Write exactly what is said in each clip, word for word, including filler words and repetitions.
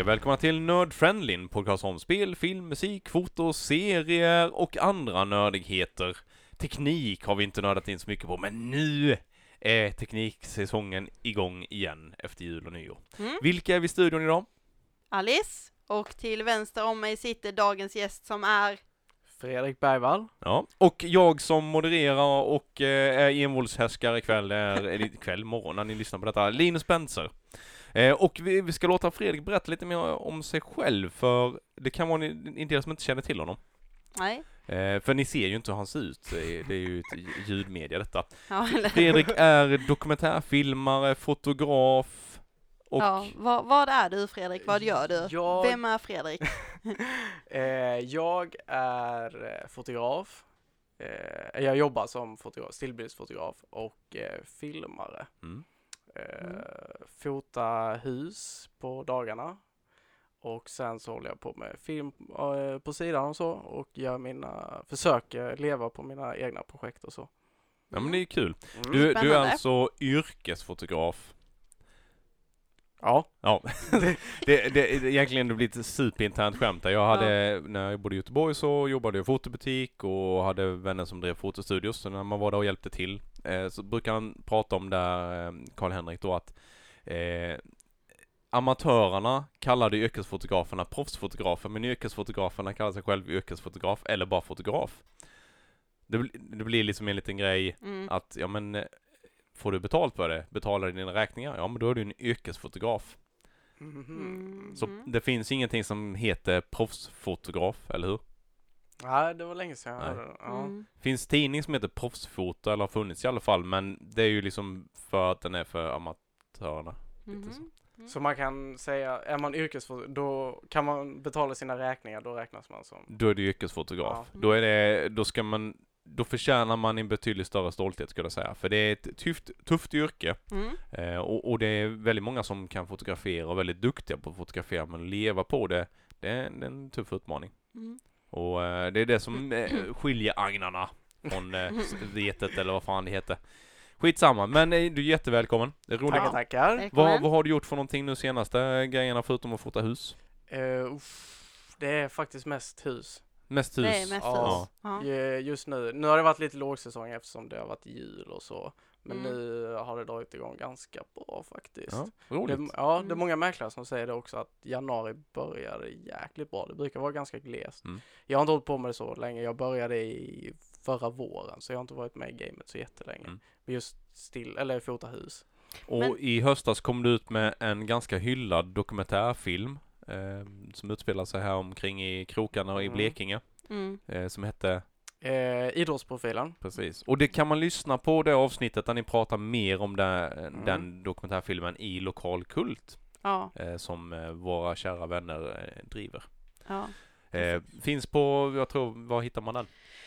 Hej och välkomna till Nerd Friendly, en podcast om spel, film, musik, foto, serier och andra nördigheter. Teknik har vi inte nördat in så mycket på, men nu är tekniksäsongen igång igen efter jul och nyår. Mm. Vilka är vi i studion idag? Alice, och till vänster om mig sitter dagens gäst som är Fredrik Bergvall. Ja, och jag som modererar och eh, är envåldshärskare ikväll, är, eller kväll, morgon när ni lyssnar på detta, Linus Spencer. Eh, och vi, vi ska låta Fredrik berätta lite mer om sig själv, för det kan vara en del som inte känner till honom. Nej. Eh, för ni ser ju inte hur han ser ut, det är, det är ju ett ljudmedia detta. Ja, eller... Fredrik är dokumentärfilmare, fotograf och... Ja, vad, vad är du Fredrik? Vad gör du? Jag... Vem är Fredrik? eh, jag är fotograf. Eh, jag jobbar som fotograf, stillbildsfotograf och eh, filmare. Mm. Eh, Mm. Fota hus på dagarna. Och sen så håller jag på med film eh, på sidan och så. Och gör mina, försöker leva på mina egna projekt och så. Ja, men det är kul. Mm. Du, du är alltså yrkesfotograf. Ja. Ja, det, det, det, egentligen det blir ett superinternt skämt där. Jag hade, ja. När jag bodde i Göteborg så jobbade jag i fotobutik och hade vänner som drev fotostudios. Så när man var där och hjälpte till eh, så brukar han prata om där, eh, Karl-Henrik då, att eh, amatörerna kallade yrkesfotograferna proffsfotografer, men yrkesfotograferna kallar sig själv yrkesfotograf eller bara fotograf. Det, det blir liksom en liten grej mm. att, ja men... Får du betalt för det? Betalar du dina räkningar? Ja, men då är du en yrkesfotograf. Mm. Så det finns ingenting som heter proffsfotograf, eller hur? Nej, det var länge sedan jag hörde det. Ja. Mm. Finns tidning som heter proffsfoto, eller har funnits i alla fall, men det är ju liksom för att den är för amatörerna. Mm. Lite så. Mm. Så man kan säga, är man yrkesfotograf, då kan man betala sina räkningar, då räknas man som... Då är du yrkesfotograf. Ja. Då är det, då ska man... Då förtjänar man en betydligt större stolthet, skulle jag säga. För det är ett tufft, tufft yrke. Mm. Eh, och, och det är väldigt många som kan fotografera och väldigt duktiga på att fotografera. Men leva på det, det är en, det är en tuff utmaning. Mm. Och eh, det är det som eh, skiljer agnarna från eh, vetet eller vad fan det heter. Skitsamma, men eh, du är jättevälkommen. Det är roligt. Tackar, tackar. Vad, vad har du gjort för någonting nu senaste grejerna förutom att fota hus? Uh, uff, det är faktiskt mest hus. Mest hus. Det är mest ja. hus. Ja. Just nu. Nu har det varit lite lågsäsong eftersom det har varit jul och så. Men mm. nu har det dragit igång ganska bra faktiskt. Ja, roligt. Det, ja, mm. det är många mäklare som säger det också, att januari började jäkligt bra. Det brukar vara ganska glest. Mm. Jag har inte hållit på med det så länge. Jag började i förra våren, så jag har inte varit med i gamet så jättelänge. Mm. Men just still, eller fota hus. Och Men... i höstas kom du ut med en ganska hyllad dokumentärfilm eh, som utspelar sig här omkring i krokarna och i Blekinge. Mm. Eh, som hette eh, Idrottsprofilen. Precis. Och det kan man lyssna på det avsnittet där ni pratar mer om det, mm. den dokumentärfilmen i Lokal Kult. Ja. Eh, som eh, våra kära vänner eh, driver. Ja. Eh, finns på, jag tror, var hittar man den?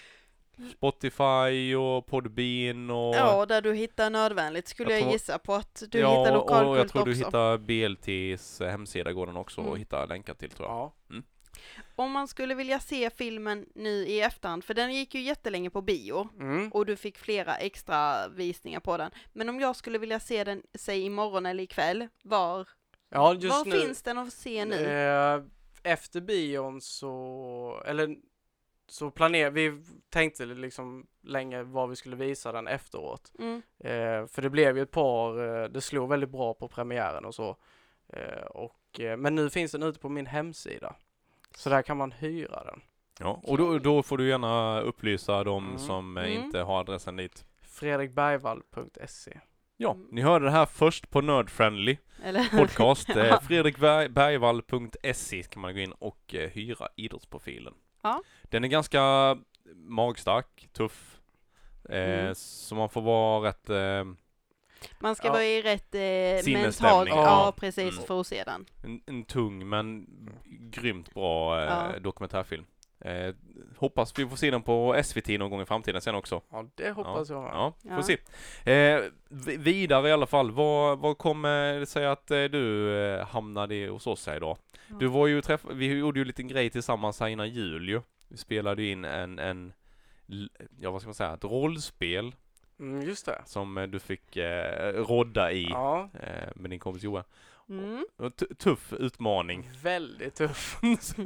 Spotify och Podbean och... Ja, där du hittar nödvändigt skulle jag, jag tror... gissa på att du ja, hittar Lokal Kult också. Ja, och jag tror du hittar B L T:s hemsida går den också mm. och hittar länkar till, tror jag. Ja. Mm. Om man skulle vilja se filmen nu i efterhand, för den gick ju jättelänge på bio mm. och du fick flera extra visningar på den. Men om jag skulle vilja se den, säg imorgon eller ikväll, var, ja, just var nu, finns den att se nu? Eh, efter bion så, eller så planerar vi, tänkte liksom länge vad vi skulle visa den efteråt. Mm. Eh, för det blev ju ett par, eh, det slog väldigt bra på premiären och så. Eh, och, eh, men nu finns den ute på min hemsida. Så där kan man hyra den. Ja, och då, då får du gärna upplysa de mm. som mm. inte har adressen dit. fredrikbergvall punkt se. Ja, ni hörde det här först på Nerd Friendly Eller? podcast. ja. fredrikbergvall punkt se kan man gå in och eh, hyra idrottsprofilen. Ja. Den är ganska magstark, tuff. Eh, mm. Så man får vara rätt... Eh, Man ska ja. vara i rätt eh, mentalt. Ja, ja precis, mm. för att se den. En, en tung men grymt bra eh, ja. dokumentärfilm. Eh, hoppas vi får se den på S V T någon gång i framtiden sen också. Ja, det hoppas ja. jag. Ja, får ja. se. Eh, vidare i alla fall, vad, vad kommer det säga att eh, du eh, hamnade hos oss här idag? Ja. Du var ju träff- vi gjorde ju en liten grej tillsammans här innan jul ju. Vi spelade in en, en ja vad ska man säga, ett rollspel. Mm, just det. Som eh, du fick eh, rodda i ja. eh, med din kompis Johan. Mm. T- tuff utmaning. Väldigt tuff.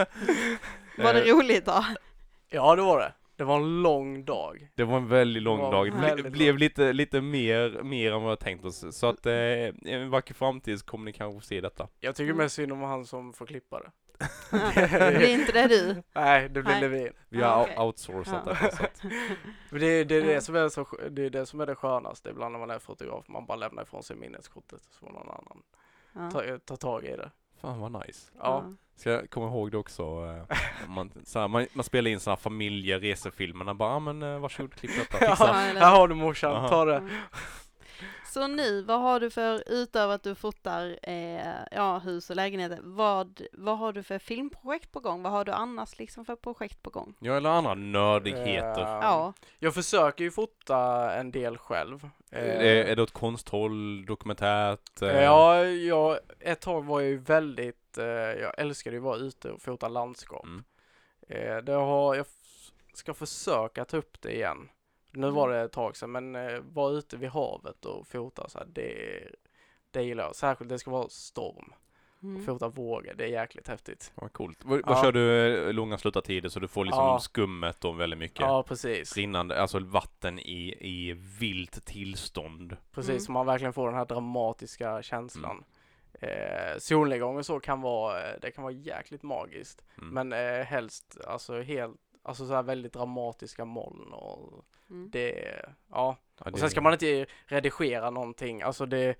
Var det roligt då? Ja, det var det. Det var en lång dag. Det var en väldigt lång Det dag. Det väldigt ble, blev lång. lite, lite mer, mer än vad jag tänkt oss. Så att eh, i en vacker framtid kommer ni kanske få se detta. Jag tycker Mm. mest synd om han som får klippa det. Det är inte det du? Nej, det blir Nej. Levin. Vi har Ja, ja, okej. outsourcat Ja. detta. Så att, Men det, det, är det, Ja. som är så, det är det som är det skönaste ibland när man är fotograf. Man bara lämnar ifrån sig minneskortet så får någon annan Ja. ta, ta tag i det. fan vad nice. Ja. Ska jag komma ihåg det också. Eh, man, så här, man, man spelar in såna här familjeresefilmerna. Bara, ah, men eh, varsågod, klipp detta. Ja, Fixa. eller- här har du morsan, Aha. ta det. Mm. Så nu, vad har du för, utöver att du fotar eh, ja, hus och lägenheter, vad, vad har du för filmprojekt på gång? Vad har du annars liksom för projekt på gång? Ja, eller andra nördigheter. Eh, Ja. Jag försöker ju fota en del själv. Eh, är, är det åt konsthåll, dokumentärt? eh, Ja, jag, ett tag var jag ju väldigt, eh, jag älskade ju att vara ute och fota landskap. Mm. Eh, det har, jag f- ska försöka ta upp det igen. Nu var det ett tag sedan, men eh, vara ute vid havet och fota så här, det, det gillar jag. Särskilt det ska vara storm. Mm. Fota vågor, det är jäkligt häftigt. Vad coolt. Vad, vad Ja. kör du eh, långa slutartider så du får liksom Ja. skummet och väldigt mycket Ja, precis. rinnande, alltså vatten i, i vilt tillstånd. Precis, Mm. så man verkligen får den här dramatiska känslan. Eh, solnedgång och så kan vara, eh, det kan vara jäkligt magiskt. Mm. Men eh, helst, alltså helt, alltså så här väldigt dramatiska moln och Mm. det, ja. Ja, det- Och sen ska man inte redigera någonting, alltså det,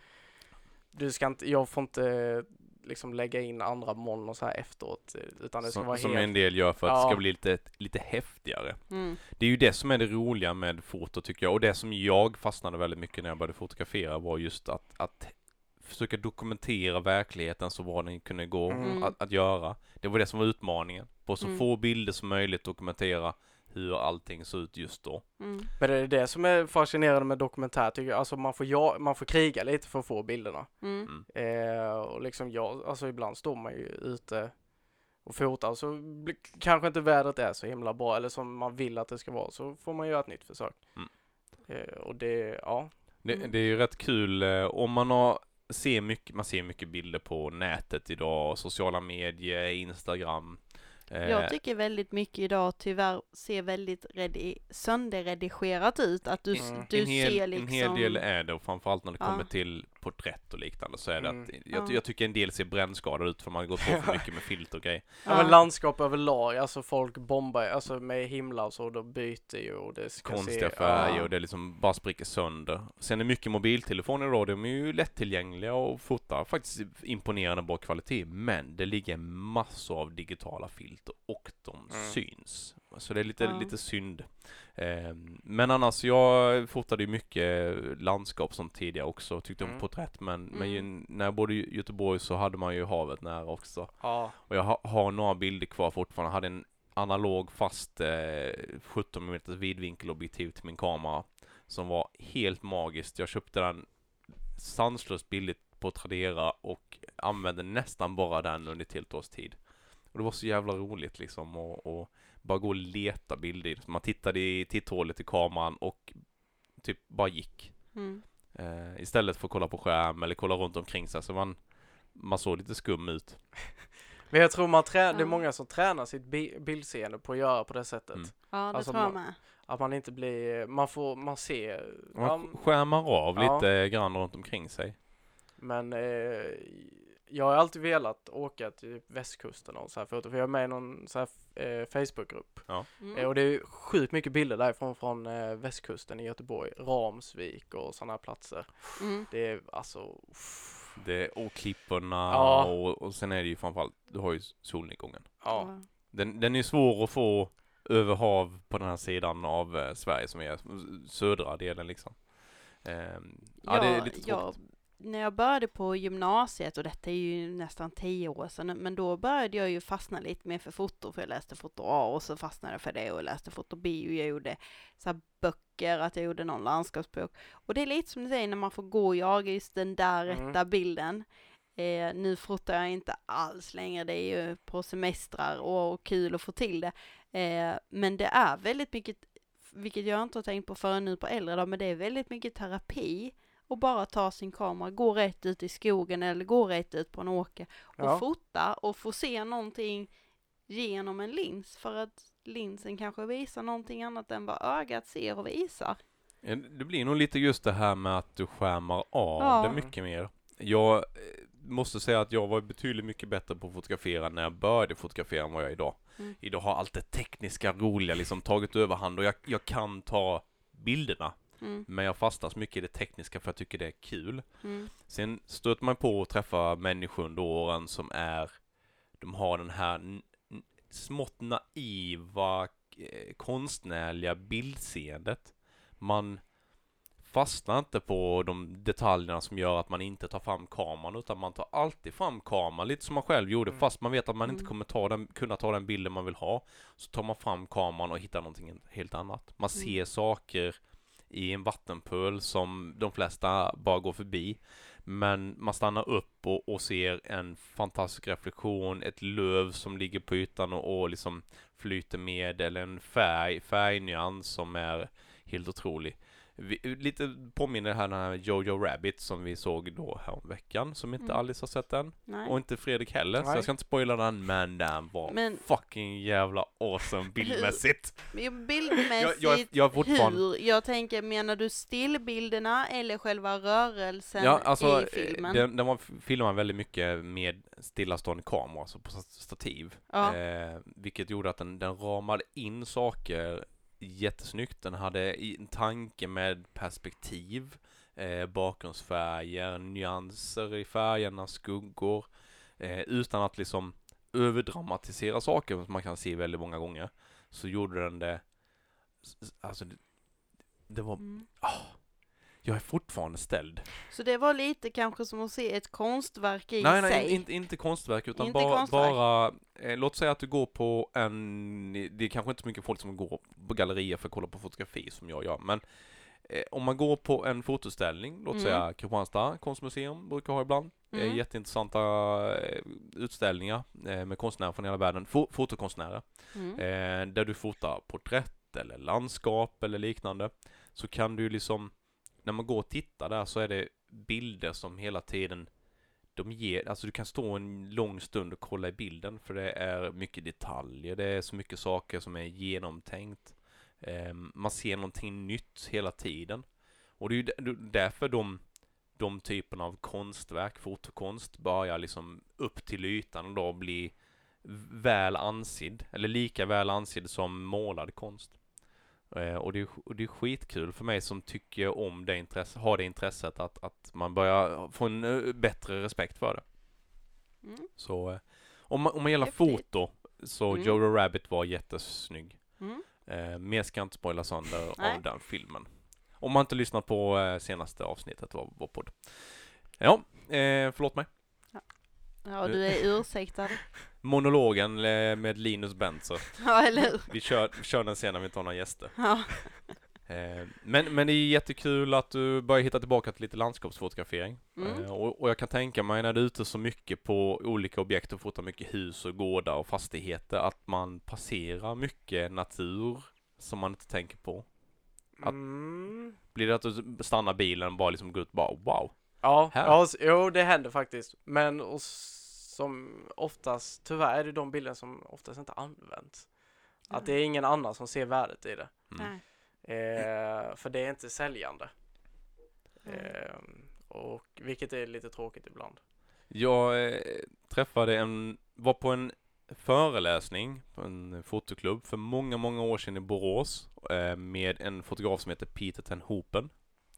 du ska inte, jag får inte liksom lägga in andra moln och så här efteråt, utan det ska som, vara som helt, en del gör för att det Ja. ska bli lite, lite häftigare. Mm. Det är ju det som är det roliga med foto tycker jag. Och det som jag fastnade väldigt mycket när jag började fotografera var just att, att försöka dokumentera verkligheten så bra den kunde gå Mm. att, att göra. Det var det som var utmaningen. På så Mm. få bilder som möjligt dokumentera hur allting såg ut just då. Mm. men det är det som är fascinerande med dokumentär tycker jag, alltså man får, ja, man får kriga lite för att få bilderna. Mm. Eh, och liksom jag, alltså ibland står man ju ute och fotar så bli, kanske inte vädret är så himla bra eller som man vill att det ska vara, så får man göra ett nytt försök. Mm. Eh, och det, ja. Det, Mm. det är ju rätt kul eh, om man har ser mycket, man ser mycket bilder på nätet idag, sociala medier, Instagram. Eh, Jag tycker väldigt mycket idag tyvärr ser väldigt redi- sönderredigerat ut. Att du, Mm. du en, hel, ser liksom... en hel del är det och framförallt när det Ja. kommer till porträtt och liknande så är det Mm. att jag, Ja. jag tycker en del ser brännskadade ut för man har gått på för mycket med filter och grejer. Ja, men landskap överlag, alltså folk bombar alltså med himlar och så, då byter ju och det ska Konstiga se, färger ja. och det liksom bara spricker sönder. Sen är mycket mobiltelefoner idag, de är ju lättillgängliga och fotar faktiskt imponerande bra kvalitet, men det ligger massor av digitala filter och de Mm. syns. Så det är lite, Ja. lite synd. Eh, men annars, jag fotade ju mycket landskap som tidigare också, tyckte om Mm. porträtt, men, men Mm. ju, när jag bodde i Göteborg så hade man ju havet nära också. Ja. Och jag ha, har några bilder kvar fortfarande. Jag hade en analog fast eh, sjutton millimeter vidvinkelobjektiv till min kamera som var helt magiskt. Jag köpte den sanslöst billigt på Tradera och använde nästan bara den under ett helt års tid. Och det var så jävla roligt liksom och, och bara gå och leta bilder. Man tittade i titthålet i kameran och typ bara gick. Mm. Eh, istället för att kolla på skärm eller kolla runt omkring sig så man, man såg lite skum ut. Men jag tror man trä- det är Ja. många som tränar sitt bi- bildseende på att göra på det sättet. Mm. Ja, det Alltså, tror jag man- med. Att man inte blir, man får, man ser, ja, Man skärmar av Ja. lite grann runt omkring sig. men eh, jag har alltid velat åka till västkusten och så här foto, för jag är med i någon så här eh, Facebookgrupp. Mm. Eh, och det är sjukt mycket bilder därifrån från eh, västkusten i Göteborg, Ramsvik och sådana här platser. Mm. Det är alltså, uff, Det, och klipporna Ja. och, och sen är det ju framförallt, du har ju solnedgången. ja. Den, den är svår att få över hav på den här sidan av eh, Sverige som är södra delen liksom. Ehm, ja, Ja, det är lite jag, tråkigt. när jag började på gymnasiet, och detta är ju nästan tio år sedan, men då började jag ju fastna lite mer för foto, för jag läste foto A och så fastnade jag för det och läste foto B och jag gjorde så här böcker, att jag gjorde någon landskapsbok. Och det är lite som du säger, när man får gå och jaga just den där Mm. rätta bilden. Eh, nu fotar jag inte alls längre, det är ju på semestrar och, och kul att få till det. Eh, men det är väldigt mycket, vilket jag inte har tänkt på förrän nu på äldre dag, men det är väldigt mycket terapi och bara ta sin kamera, gå rätt ut i skogen eller gå rätt ut på en åker och Ja. fota och få se någonting genom en lins, för att linsen kanske visar någonting annat än vad ögat ser och visar. Det blir nog lite just det här med att du skärmar av Ja. det mycket mer. Jag eh, måste säga att jag var betydligt mycket bättre på att fotografera när jag började fotografera än vad jag är idag. Mm. Idag har allt det tekniska roliga liksom tagit överhand och jag, jag kan ta bilderna. Mm. Men jag fastnar så mycket i det tekniska för jag tycker det är kul. Mm. Sen stöter man på att träffa människor under åren som är, de har den här n- n- smått naiva eh, konstnärliga bildseendet. Man fastnar inte på de detaljerna som gör att man inte tar fram kameran, utan man tar alltid fram kameran, lite som man själv gjorde, Mm. fast man vet att man inte Mm. kommer ta den, kunna ta den bilden man vill ha, så tar man fram kameran och hittar någonting helt annat. Man Mm. ser saker i en vattenpöl som de flesta bara går förbi, men man stannar upp och, och ser en fantastisk reflektion, ett löv som ligger på ytan och, och liksom flyter med, eller en färg, färgnyans som är helt otrolig. Vi, lite påminner här den här Jojo Rabbit som vi såg då här om veckan, som inte Mm. Alice har sett än. Nej. Och inte Fredrik heller, så Nej. jag ska inte spoila den, men den var Men- fucking jävla awesome bildmässigt. Men bildmässigt, Jag- jag- jag är fortfarande- hur? Jag tänker, menar du stillbilderna eller själva rörelsen Ja, alltså i filmen? den, den var filmad väldigt mycket med stillastående kamera, alltså på stativ. Ja. Eh, vilket gjorde att den, den ramade in saker jättesnyggt. Den hade en tanke med perspektiv, eh, bakgrundsfärger, nyanser i färgerna, skuggor, eh, utan att liksom överdramatisera saker som man kan se väldigt många gånger. Så gjorde den det, alltså det, det var, Mm. jag är fortfarande ställd. Så det var lite kanske som att se ett konstverk i Nej, sig? nej, inte, inte konstverk, utan Inte bara, konstverk. bara eh, låt säga att du går på en, det är kanske inte så mycket folk som går på gallerier för att kolla på fotografi som jag gör, men eh, om man går på en fotoställning, låt Mm. säga Kristianstad konstmuseum brukar ha ibland, eh, Mm. jätteintressanta eh, utställningar eh, med konstnärer från hela världen, Fo- fotokonstnärer, Mm. eh, där du fotar porträtt eller landskap eller liknande, så kan du liksom, när man går och tittar där, så är det bilder som hela tiden de ger, alltså du kan stå en lång stund och kolla i bilden, för det är mycket detaljer, det är så mycket saker som är genomtänkt, eh, man ser någonting nytt hela tiden, och det är ju d- därför de de typerna av konstverk, fotokonst, börjar liksom upp till ytan och då bli väl ansedd, eller lika väl ansedd som målad konst. Eh, och, det är, och det är skitkul för mig som tycker om det intresse, har det intresset, att, att man börjar få en uh, bättre respekt för det. Mm. Så eh, om, man, om man gillar Häftigt. foto, så Mm. Jojo Rabbit var jättesnygg. Mm. Eh, mer ska jag inte spoila sönder Nej. av den filmen. Om man inte lyssnat på eh, senaste avsnittet av vår podd. Ja, eh, förlåt mig. Ja, du är ursäktad. Monologen eh, med Linus Benzer. Ja, eller hur? Vi kör, vi kör den sen när vi inte har några gäster. Ja. Eh, men, men det är jättekul att du börjar hitta tillbaka till lite landskapsfotografering. Mm. Eh, och, och jag kan tänka mig när du är ute så mycket på olika objekt och fotar mycket hus och gårdar och fastigheter, att man passerar mycket natur som man inte tänker på. Att- Mm. Blir det att du stannar bilen och bara liksom går ut och bara wow? Ja, Här. ja, s- jo det händer faktiskt. Men och s- som oftast, tyvärr är det de bilder som oftast inte används. Att det är ingen annan som ser värdet i det. Mm. Nej. Eh, för det är inte säljande. Mm. Eh, och vilket är lite tråkigt ibland. Jag eh, träffade en, var på en föreläsning på en fotoklubb för många, många år sedan i Borås eh, med en fotograf som heter Peter ten Hopen.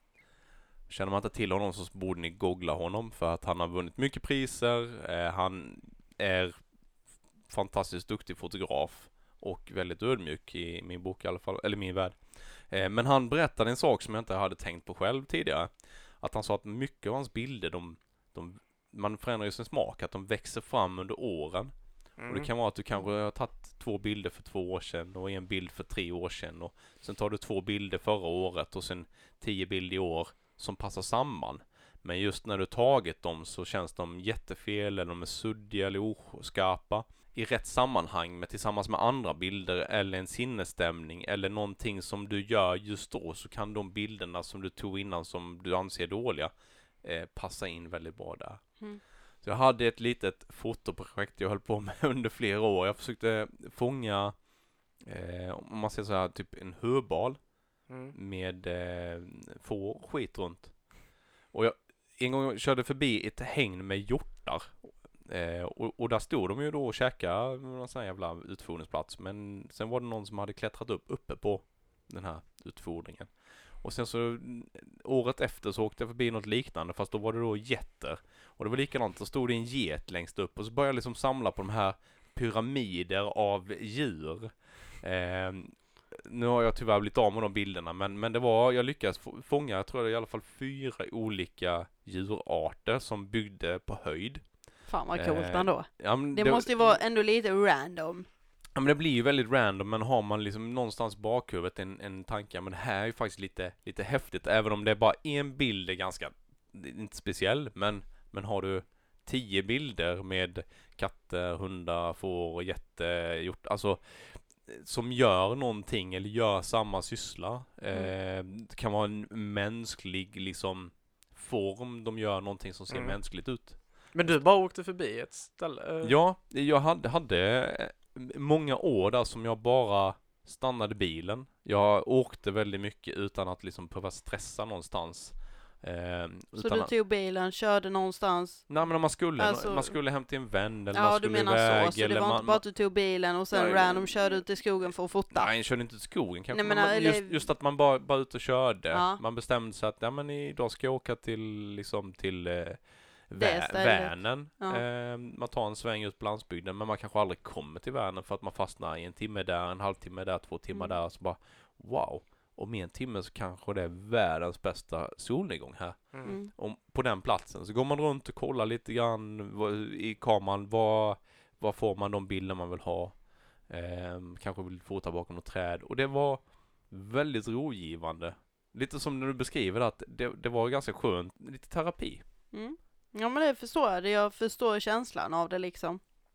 Känner man inte till honom så borde ni googla honom, för att han har vunnit mycket priser. Eh, han är fantastiskt duktig fotograf och väldigt ödmjuk i min bok i alla fall, eller min värld. Eh, men han berättade en sak som jag inte hade tänkt på själv tidigare. Att han sa att mycket av hans bilder, de, de, man förändrar ju sin smak, att de växer fram under åren. Mm. Och det kan vara att du kanske har tagit två bilder för två år sedan och en bild för tre år sedan, och sen tar du två bilder förra året och sen tio bilder i år som passar samman. Men just när du tagit dem så känns de jättefel, eller de är suddiga eller oskarpa. i rätt sammanhang med tillsammans med andra bilder eller en sinnesstämning eller någonting som du gör just då, så kan de bilderna som du tog innan som du anser dåliga eh, passa in väldigt bra där. Mm. Så jag hade ett litet fotoprojekt jag höll på med under flera år. Jag försökte fånga eh, om man säger så här, typ en höbal mm. med eh, får skit runt. Och jag en gång körde förbi ett hägn med hjortar. Eh, och, och där stod de ju då och käkade någon sån här jävla utfodringsplats. Men sen var det någon som hade klättrat upp uppe på den här utfodringen. Och sen så året efter så åkte jag förbi något liknande, fast då var det då getter. Och det var likadant, så stod det en get längst upp och så började jag liksom samla på de här pyramider av djur. Eh, nu har jag tyvärr blivit av med de bilderna, men, men det var, jag lyckades fånga, jag tror det i alla fall fyra olika djurarter som byggde på höjd. Fan vad coolt eh, ändå. Ja, det, det måste ju vara ändå lite random. Ja, men det blir ju väldigt random, men har man liksom någonstans bakhuvudet en, en tanke, men det här är ju faktiskt lite, lite häftigt, även om det är bara en bild är ganska, inte speciell, men, men har du tio bilder med katter, hundar, får, jätte, hjort, alltså som gör någonting eller gör samma syssla, mm. eh, det kan vara en mänsklig liksom form, de gör någonting som ser mm. mänskligt ut. Men du bara åkte förbi ett ställe? Ja, jag hade, hade många år där som jag bara stannade bilen. Jag åkte väldigt mycket utan att liksom behöva stressa någonstans. Eh, så du tog bilen, körde någonstans? Nej, men om man skulle, alltså, man skulle hem till en vän eller ja, man skulle du menar iväg. Så, så eller det var man, inte bara att du tog bilen och sen ja, random körde ut i skogen för att fota? Nej, jag körde inte till skogen kanske. Nej, men, men just, eller... just att man bara, bara ut och körde. Ja. Man bestämde sig att ja, men idag ska jag åka till, liksom, till eh, Vä- Vänern. Ja. Eh, man tar en sväng ut på landsbygden, men man kanske aldrig kommer till Vänern för att man fastnar i en timme där, en halvtimme där, två timmar mm. där. Så bara, wow. Om en timme så kanske det är världens bästa solnedgång här. Mm. Och på den platsen så går man runt och kollar lite grann i kameran. Vad, vad får man de bilder man vill ha? Eh, kanske vill fota bakom något träd. Och det var väldigt rogivande. Lite som när du beskriver det, att det, det var ganska skönt. Lite terapi. Mm. Ja, men det förstår jag. Jag förstår känslan av det liksom.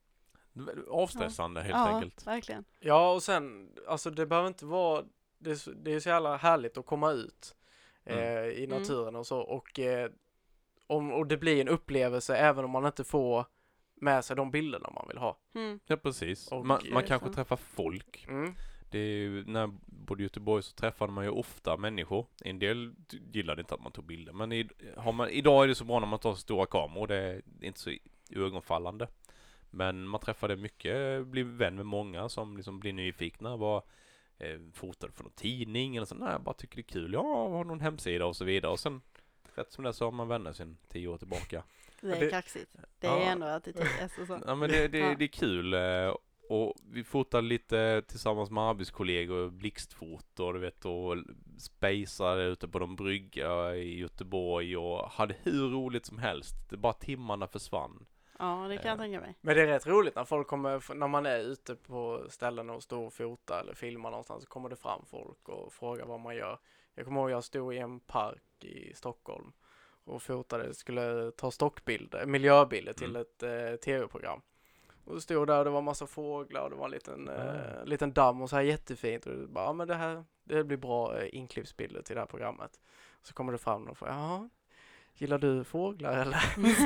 Avstressande, ja. helt ja, enkelt. Verkligen. Ja, och sen, alltså det behöver inte vara, det är, det är så jävla härligt att komma ut eh, mm. i naturen mm. och så. Och, eh, om, och det blir en upplevelse även om man inte får med sig de bilderna man vill ha. Mm. Ja, precis. Och, man man eh, kanske så. träffar folk. Mm. Det är ju, när jag bodde i Göteborg så träffade man ju ofta människor. En del gillade inte att man tog bilder. Men i, har man, idag är det så bra när man tar så stora kameror. Det är inte så ögonfallande. Men man träffade mycket, blir vän med många som liksom blir nyfikna. Vad eh, fotade för någon tidning eller så. Nej, jag bara tycker det är kul. Ja, har någon hemsida och så vidare. Och sen, rätt som det så har man vänner sedan tio år tillbaka. Det är det, kaxigt. Det är ja. ändå attityd. Alltså, ja, men det, det, ja. det är kul. Och vi fotade lite tillsammans med arbetskollegor, blixtfoto, du vet, och spejsade ute på de brygga i Göteborg och hade hur roligt som helst. Det bara timmarna försvann. Ja, det kan jag tänka mig. Men det är rätt roligt när folk kommer, när man är ute på ställen och står och fotar eller filmar någonstans, så kommer det fram folk och frågar vad man gör. Jag kommer ihåg jag stod i en park i Stockholm och fotade, skulle ta stockbilder, miljöbilder till mm. ett eh, tv-program. Och så stod där och det var massa fåglar och det var en liten, mm. eh, liten damm och så här jättefint. Och det bara, ja men det här, det blir bra eh, inklippsbilder till det här programmet. Och så kommer det fram och frågar, ja, gillar du fåglar eller?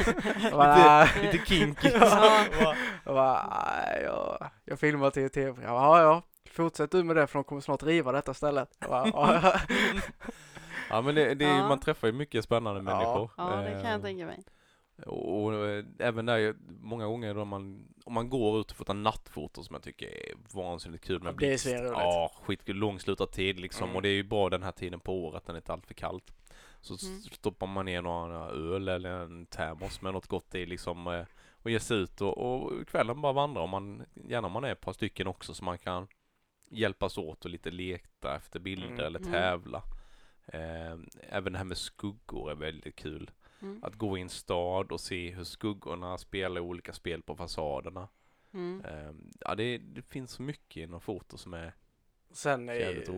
bara, lite, lite kinky. ja, jag bara, jag, jag filmar till ett tv-program. Ja, ja, fortsätt du med det för de kommer snart riva detta stället. Bara, ja. ja, men det, det är, ja. man träffar ju mycket spännande ja. människor. Ja, det kan jag tänka mig. Och, och även där, många gånger då man, om man går ut och fotar nattfoto som jag tycker är vansinnigt kul med ja, blixt. Det är så ja, skitkul, långslutad tid liksom. Mm. Och det är ju bra den här tiden på året när det inte är allt för kallt. Så mm. stoppar man ner några öl eller en termos med något gott i liksom, och ger sig ut och, och kvällen bara vandrar. Om man, gärna om man är ett par stycken också så man kan hjälpas åt och lite leta efter bilder mm. eller tävla. Eh, även det här med skuggor är väldigt kul. Mm. Att gå i en stad och se hur skuggorna spelar olika spel på fasaderna. Mm. Um, ja, det, det finns så mycket inom foto som är sen jävligt roligt.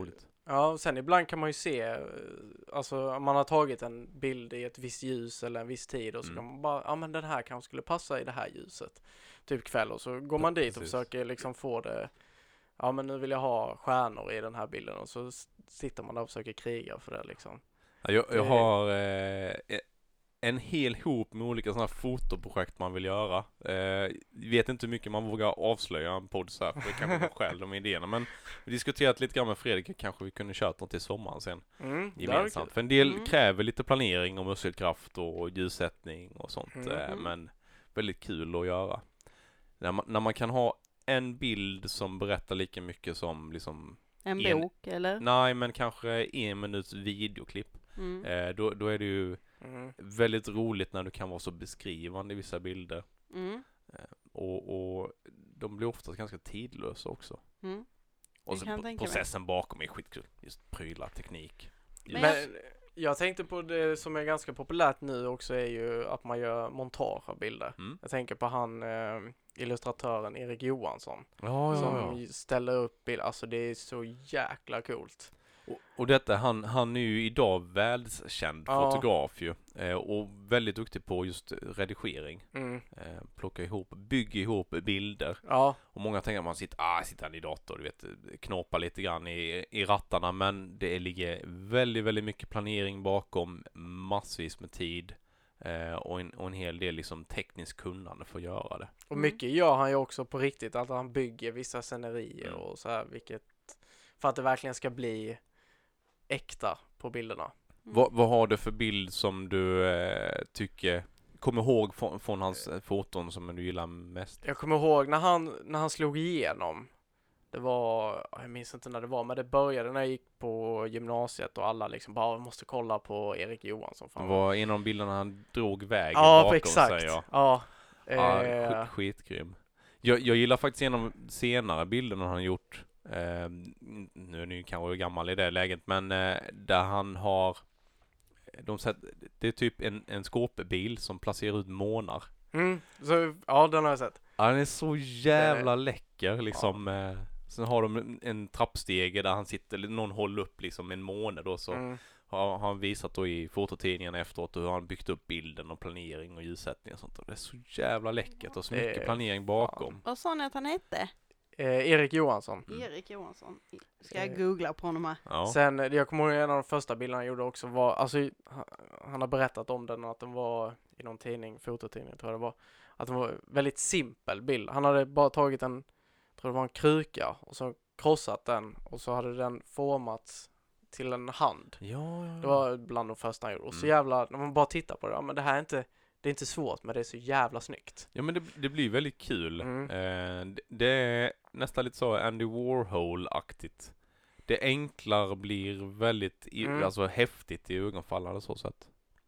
Ja, sen ibland kan man ju se, alltså om man har tagit en bild i ett visst ljus eller en viss tid och så Mm. kan man bara, ja men den här kanske skulle passa i det här ljuset. Typ kväll och så går man dit och Precis. försöker liksom få det, ja men nu vill jag ha stjärnor i den här bilden och så s- sitter man där och försöker kriga för det liksom. Ja, jag, jag Det- har eh, en hel hop med olika sådana här fotoprojekt man vill göra. Eh, vet inte hur mycket man vågar avslöja en podd så här, för det kanske går själv de idéerna. Men vi diskuterat lite grann med Fredrik, kanske vi kunde köra något till sommaren sen Mm, det är gemensamt. kul. För en del Mm. kräver lite planering och muskelkraft och ljussättning och sånt. Mm. Eh, men väldigt kul att göra. När man, när man kan ha en bild som berättar lika mycket som liksom, En En- bok eller? nej men kanske en minuts videoklipp. Mm. Eh, då, då är det ju Mm. väldigt roligt när du kan vara så beskrivande i vissa bilder. Mm. Och, och de blir oftast ganska tidlösa också. Mm. Och Det så kan jag pro- tänka mig. processen bakom är skitkul. Just prylar, teknik. Men Men jag- jag tänkte på det som är ganska populärt nu också är ju att man gör montage av bilder. Mm. Jag tänker på han eh, illustratören Erik Johansson Ja, som ställer upp bilder. Alltså det är så jäkla coolt. Och, och detta, han, han är ju idag världskänd Ja. fotograf ju. Eh, och väldigt duktig på just redigering. Mm. Eh, plocka ihop, bygga ihop bilder. Ja, Och många tänker att man sitter, ah, sitter han i dator, du vet, knåpar lite grann i, i rattarna. Men det ligger väldigt, väldigt mycket planering bakom, massvis med tid. Eh, och, en, och en hel del liksom tekniskt kunnande för att göra det. och Mm. mycket gör han ju också på riktigt. Att han bygger vissa scenerier Mm. och så här, vilket för att det verkligen ska bli äkta på bilderna. Mm. Vad, vad har du för bild som du eh, tycker, kommer ihåg från, från hans eh, foton som du gillar mest? Jag kommer ihåg när han, när han slog igenom. Det var, jag minns inte när det var, men det började när jag gick på gymnasiet och alla liksom bara, vi måste kolla på Erik Johansson. Det Fan. var en av de bilderna han drog vägen Ja, bakom exakt. sig. Ja, Ja. ja Eh, skit, skitgrym. Jag, jag gillar faktiskt en av de senare bilderna han gjort. Eh, nu är han ju kanske gammal i det läget, men eh, där han har de sett, det är typ en, en skåpbil som placerar ut månar. mm, så, ja, den har jag sett. Ja, den är så jävla läcker liksom. Eh, sen har de en, en trappstege där han sitter, eller någon håller upp liksom en måne då, så Mm. har, har han visat då i fototidningarna efteråt hur han byggt upp bilden och planering och ljussättning och sånt. Och det är så jävla läckert och så Det mycket är planering bakom. Vad sa ni att han hette? Eh, Erik Johansson. Mm. Erik Johansson. Ska jag Eh. googla på honom här? Ja. Sen, eh, jag kommer ihåg en av de första bilderna han gjorde också var, alltså han, han har berättat om den, att den var i någon tidning, fototidning tror jag det var, att den var en väldigt simpel bild. Han hade bara tagit en, tror det var en kruka och så krossat den och så hade den formats till en hand. Ja, ja, ja. Det var bland de första han gjorde. Och så Mm. jävla, när man bara tittar på det, ja men det här är inte, det är inte svårt, men det är så jävla snyggt. Ja, men det, det blir väldigt kul. Mm. Eh, det, det är nästan lite så Andy Warhol-aktigt. Det enklare blir väldigt i, Mm. alltså häftigt i ögonfallande så sätt.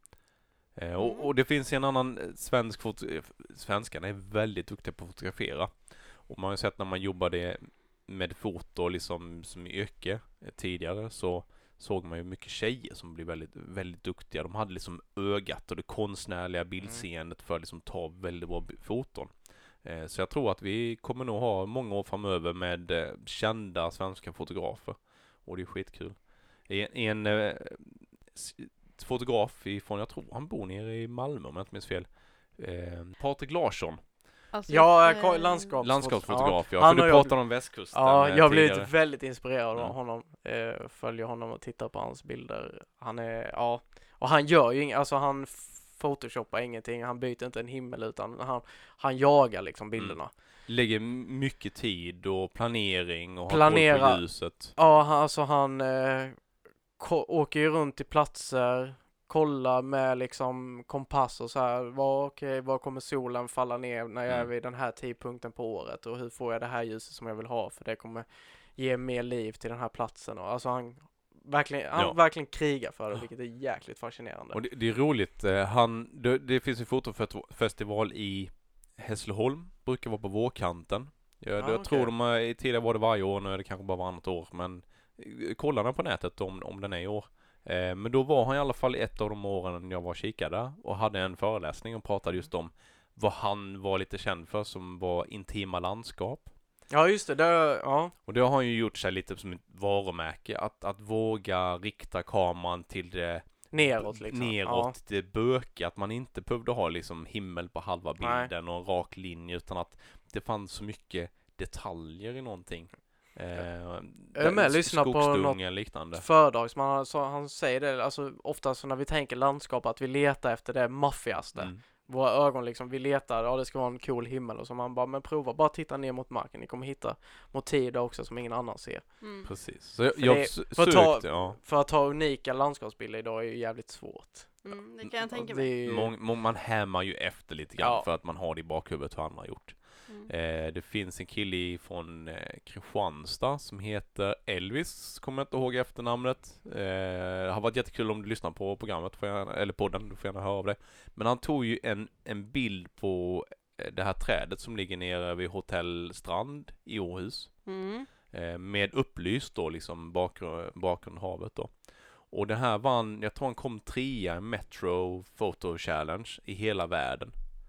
Eh, Mm. och, och det finns en annan eh, svensk foto, eh, svenskarna är väldigt duktiga på att fotografera. Och man har ju sett när man jobbade med foto liksom som yrke eh, tidigare, så såg man ju mycket tjejer som blev väldigt, väldigt duktiga. De hade liksom ögat och det konstnärliga bildseendet för att liksom ta väldigt bra bi- foton. Eh, så jag tror att vi kommer nog ha många år framöver med eh, kända svenska fotografer. Och det är skitkul. En, en eh, s- fotograf ifrån, jag tror han bor nere i Malmö om jag inte minns fel. Eh, Patrik Larsson, Alltså, Ja, eh, eh, landskaps- landskapsfotograf. Ja, Han för har du jag- pratade om västkusten. Ja, eh, jag har blivit tidigare. väldigt inspirerad av Mm. honom. Eh, följer honom och tittar på hans bilder. Han är, ja, och han gör ju inget, alltså han photoshoppar ingenting. Han byter inte en himmel utan han, han jagar liksom bilderna. Lägger m- mycket tid och planering och har Planera. koll på ljuset. Ja, han, alltså han eh, ko- åker ju runt i platser, kollar med liksom kompass och så här. Var, okej, var kommer solen falla ner när jag är Mm. vid den här tidpunkten på året? Och hur får jag det här ljuset som jag vill ha? För det kommer ge mer liv till den här platsen. Och alltså han verkligen, han Ja. verkligen krigar för det, vilket är jäkligt fascinerande. Och det, det är roligt. eh, Han, det, det finns en fotofestival i Hässleholm. Brukar vara på vårkanten. Jag, Ah, jag okej. tror de är, tidigare var det varje år. Nu är det kanske bara varannat år. Men eh, kolla den på nätet om, om den är i år. Eh, men då var han i alla fall ett av de åren jag var och kikade. Och hade en föreläsning och pratade just om vad han var lite känd för, som var intima landskap. Ja, just det. det ja. Och det har han ju gjort sig lite som ett varumärke. Att, att våga rikta kameran till det neråt liksom. Neråt, ja. det bökiga. Att man inte behövde ha liksom himmel på halva bilden Nej. och en rak linje. Utan att det fanns så mycket detaljer i någonting. Eh, jag är med lyssna på något liknande. föredrag som han, så han säger det, alltså ofta så när vi tänker landskap att vi letar efter det maffigaste. Mm. Våra ögon liksom, vi letar, ja det ska vara en cool himmel och så man bara, men prova, bara titta ner mot marken, ni kommer hitta motiv där också som ingen annan ser. Mm. Precis. Så jag, jag det, sökte, för, att ta, ja. för att ta unika landskapsbilder idag är ju jävligt svårt. Mm, det kan jag tänka mig. Det, mång, mång, man hämmar ju efter lite grann ja. för att man har det i bakhuvudet hur andra har gjort. Mm. Eh, det finns en kille från eh, Kristianstad som heter Elvis, kommer jag inte ihåg efternamnet. Eh, det har varit jättekul om du lyssnar på programmet, får jag, eller podden, du får gärna höra av det. Men han tog ju en, en bild på det här trädet som ligger nere vid Hotell Strand i Åhus. Mm. Eh, med upplyst då, liksom bakgrund, bakgrund havet då. Och det här vann, jag tror han kom trea i Metro Photo Challenge i hela världen.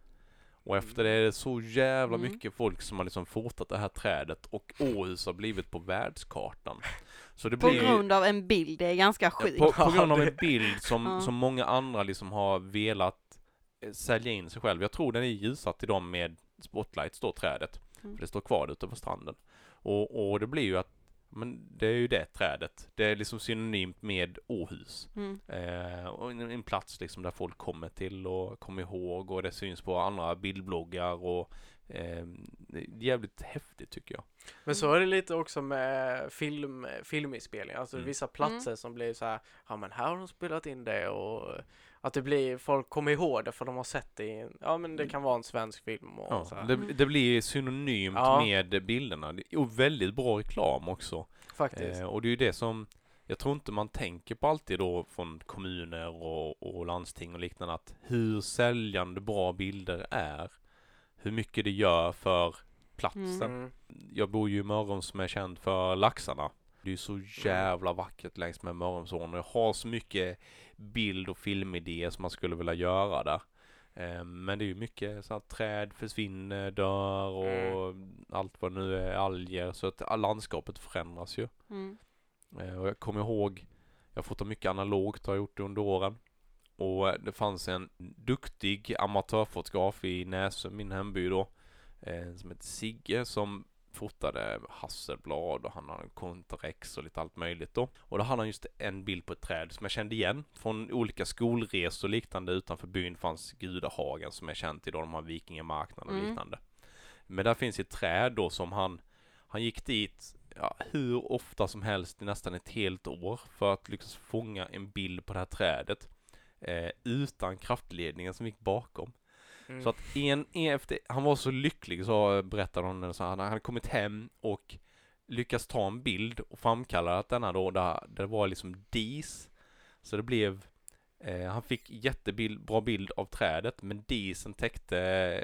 Och efter det är det så jävla mm. mycket folk som har liksom fotat det här trädet och Åhus har blivit på världskartan. Så det på blir, grund av en bild, det är ganska sjukt. Ja, på, på grund av en bild som, ja. som många andra liksom har velat sälja in sig själv. Jag tror den är ljusat till dem med spotlights då, trädet. Mm. För det står kvar ute på stranden. Och, och det blir ju att men det är ju det trädet. Det är liksom synonymt med Åhus. Mm. Eh, och en, en plats liksom där folk kommer till och kommer ihåg. Och det syns på andra bildbloggar. Och eh, det är jävligt häftigt tycker jag. Men så är det lite också med film, filminspelning. Alltså mm. vissa platser mm. som blir så här. Ja men här har de spelat in det. Och att det blir, folk kommer ihåg det för de har sett det i, ja men det kan vara en svensk film och ja, så här. Det, det blir synonymt ja. med bilderna och väldigt bra reklam också. Faktiskt. Eh, och det är ju det som jag tror inte man tänker på alltid då från kommuner och, och landsting och liknande att hur säljande bra bilder är. Hur mycket det gör för platsen. Mm. Jag bor ju i Mörrum som är känd för laxarna. Det är ju så jävla vackert längs med Mörrumsån. Jag har så mycket bild- och filmidéer som man skulle vilja göra där. Eh, men det är ju mycket så att träd försvinner, dör och mm. allt vad nu är, alger. Så att landskapet förändras ju. Mm. Eh, och jag kommer ihåg, jag har fått mycket analogt, har jag gjort det under åren. Och det fanns en duktig amatörfotograf i Näsum, min hemby då, eh, som heter Sigge, som fotade Hasselblad och han hade en Contarex och lite allt möjligt då. Och då hade han just en bild på ett träd som jag kände igen från olika skolresor och liknande. Utanför byn fanns Gudahagen som är känt idag, de har Vikingamarknaden och mm. liknande. Men där finns ett träd då som han, han gick dit ja, hur ofta som helst i nästan ett helt år för att liksom fånga en bild på det här trädet eh, utan kraftledningen som gick bakom. Mm. Så att en, en efter, han var så lycklig så berättade hon så han hade kommit hem och lyckats ta en bild och framkalla att denna då där, det var liksom dis. Så det blev eh, han fick jättebra bild av trädet men disen täckte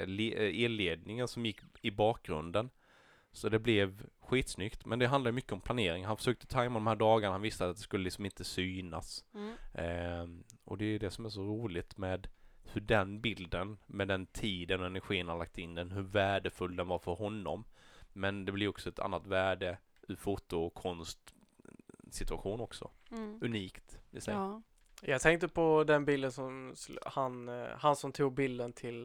le, elledningen som gick i bakgrunden. Så det blev skitsnyggt, men det handlar mycket om planering. Han försökte tajma de här dagarna, han visste att det skulle liksom inte synas. Mm. Eh, och det är det som är så roligt med hur den bilden, med den tiden och energin han lagt in den, hur värdefull den var för honom. Men det blir också ett annat värde ur foto- och konstsituation också. Mm. Unikt, det säger. Ja. Jag tänkte på den bilden som han, han som tog bilden till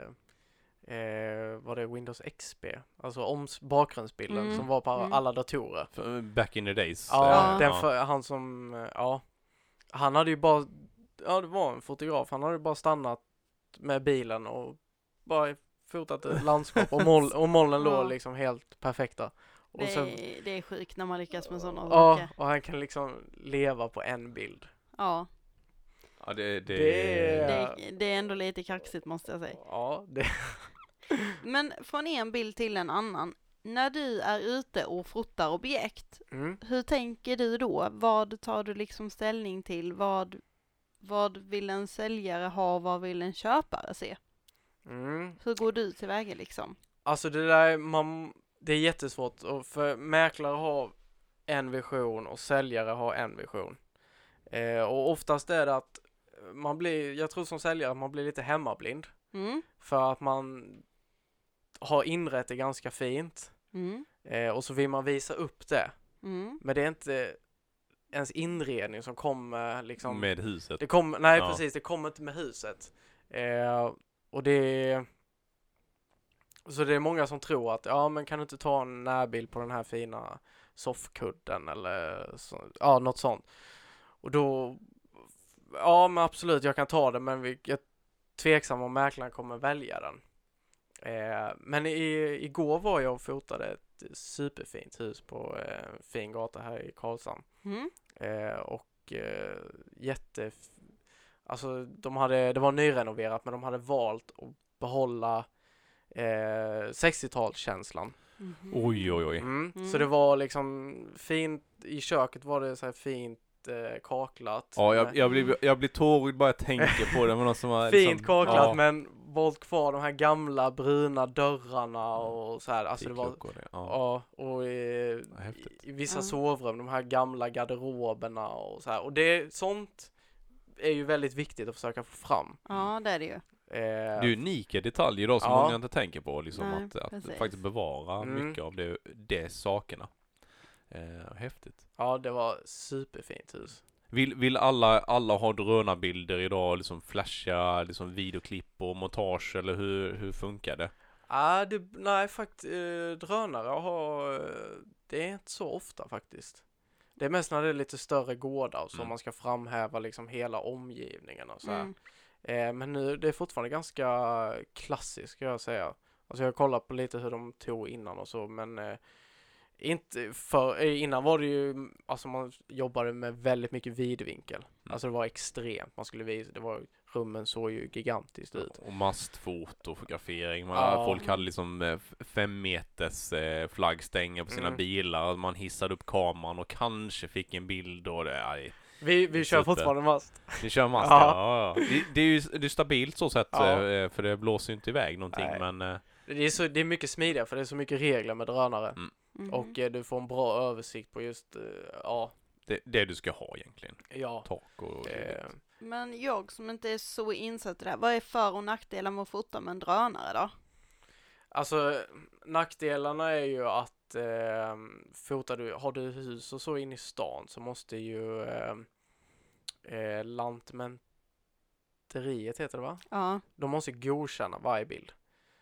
eh, eh, var det Windows X P? Alltså om bakgrundsbilden mm. som var på mm. alla datorer. För back in the days. Ja, den för, han som, ja, han hade ju bara ja, det var en fotograf. Han hade bara stannat med bilen och bara fotat ett landskap och, mol- och molnen låg liksom helt perfekta. Och det, sen, är, det är sjukt när man lyckas med sådana ja, saker. Och han kan liksom leva på en bild. Ja. Ja, det, det... Det, det, det är ändå lite kaxigt måste jag säga. Ja, det... Men från en bild till en annan. När du är ute och fotar objekt, mm. hur tänker du då? Vad tar du liksom ställning till? Vad... Vad vill en säljare ha? Vad vill en köpare se? Mm. Hur går du tillväga liksom? Alltså det där, man, det är jättesvårt. Och för mäklare har en vision och säljare har en vision. Eh, och oftast är det att man blir, jag tror som säljare att man blir lite hemmablind. Mm. För att man har inrett det ganska fint. Mm. Eh, och så vill man visa upp det. Mm. Men det är inte ens inredning som kommer liksom... Med huset. Det kom, nej, Ja. precis. Det kommer inte med huset. Eh, och det... Så det är många som tror att, ja men kan du inte ta en närbild på den här fina soffkudden eller så, ja, något sånt. Och då, ja men absolut jag kan ta det, men vi, jag är tveksam om mäklaren kommer välja den. Eh, men i, igår var jag och fotade ett superfint hus på eh, fin gata här i Karlshamn. Mm. Eh, och eh, jätte, alltså de hade, det var nyrenoverat men de hade valt att behålla Eh, sextiotalskänslan. Mm. Oj, oj, oj. Mm. Mm. Så det var liksom fint, i köket var det så här fint eh, kaklat. Ja, jag, jag, blir, jag blir tårig bara jag tänker på det. Men någon som har, Fint liksom, kaklat ja, men valt kvar de här gamla bruna dörrarna och så här. Alltså det var, fickluckor, det. Ja. ja, och i, Ja, häftigt. i, i vissa Ja. sovrum, de här gamla garderoberna och så här. Och det, sånt är ju väldigt viktigt att försöka få fram. Ja, det är det ju. Eh, Det är ju unika detaljer då som Ja. många inte tänker på. Liksom, Nej, att, att precis. faktiskt bevara Mm. mycket av det, det sakerna. Eh, häftigt. ja, det var superfint hus. Vill, vill alla, alla ha drönarbilder idag? Liksom flasha, liksom videoklipp och montage? Eller hur, hur funkar det? Ah, det, nej, faktiskt eh, drönare har, eh, det är inte så ofta faktiskt. Det är mest när det är lite större gårdar så Mm. man ska framhäva liksom hela omgivningen och så här. Mm. Eh, men nu, det är fortfarande ganska klassiskt ska jag säga. Alltså jag har kollat på lite hur de tog innan och så, men eh, inte för, eh, innan var det ju, alltså man jobbade med väldigt mycket vidvinkel. Mm. Alltså det var extremt, man skulle visa, det var, rummen såg ju gigantiskt ut. Och mastfoto, fotografering. Man, Ja. Folk hade liksom eh, fem meters eh, flaggstänger på sina Mm. bilar. Man hissade upp kameran och kanske fick en bild och det. Aj, Vi, vi kör Super. fortfarande mast. ni kör mast, Ja. ja. ja, ja. Det, det är ju det är stabilt så sett, Ja. eh, för det blåser ju inte iväg någonting. Nej. Men eh, Det är, så, det är mycket smidigare för det är så mycket regler med drönare. Mm. Mhm. Och eh, du får en bra översikt på just, eh, ja, det, det du ska ha egentligen. ja. Tak och... Eh, Men jag som inte är så insatt i det här, vad är för- och nackdelar med att fota med en drönare då? alltså nackdelarna är ju att eh, fotar du, har du hus och så in i stan så måste ju eh, eh, Lantmäteriet heter det va? Ja. De måste godkänna varje bild.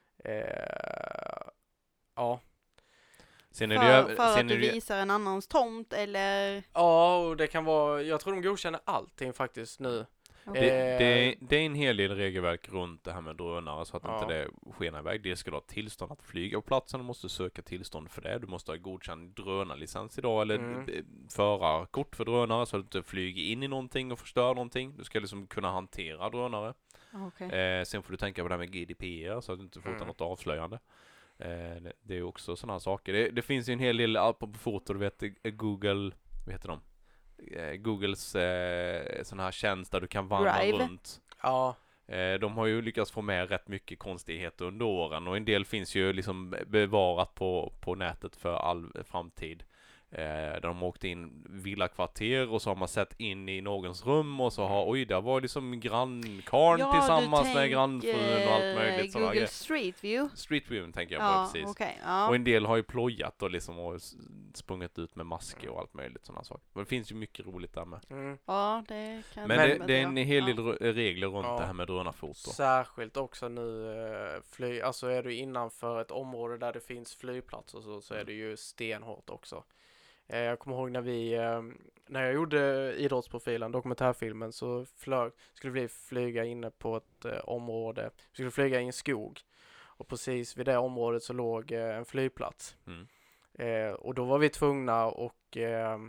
Eh, ja. Sen är För, det ju... för Sen att är du det ju visar en annans tomt eller? Ja, och det kan vara, jag tror de godkänner allting faktiskt nu. Okej. Det, det, Eh, det är en hel del regelverk runt det här med drönare så att Ja. inte det skenar iväg. Det ska du ha tillstånd att flyga på platsen, du måste söka tillstånd för det. Du måste ha godkänd drönarlicens idag eller Mm. d- förarkort för drönare så att du inte flyger in i någonting och förstör någonting. Du ska liksom kunna hantera drönare. Okej. Eh, sen får du tänka på det här med G D P R så att du inte får ta Mm. något avslöjande. Eh, det, det är också sådana här saker. Det, det finns ju en hel del app på foto, du vet eh, Google, vad heter de? Eh, Googles eh, sån här tjänst där du kan vandra Drive. runt. ja, Eh, de har ju lyckats få med rätt mycket konstigheter under åren och en del finns ju liksom bevarat på, på nätet för all framtid. Eh, där de har åkt in villakvarter och så har man sett in i någons rum och så har, oj, där var liksom grannkarn Ja, tillsammans du med grannfrun och allt möjligt. sådana Google grejer. Street View. Street View tänker jag på, Ja, precis. okej. Ja. Och en del har ju plojat och liksom och s- sprungit ut med masker och allt möjligt sådana saker. Men det finns ju mycket roligt där med. mm. Ja, det kan Men jag det, tänka det är mig, en ja. hel del r- regler runt Ja. det här med drönarfoto. Särskilt också nu eh, fly, alltså är du innanför ett område där det finns flygplatser så, så är det ju stenhårt också. Eh, jag kommer ihåg när vi, eh, när jag gjorde idrottsprofilen, dokumentärfilmen, så flög, skulle vi flyga inne på ett eh, område, vi skulle flyga i en skog och precis vid det området så låg eh, en flygplats. Mm. Eh, och då var vi tvungna och eh,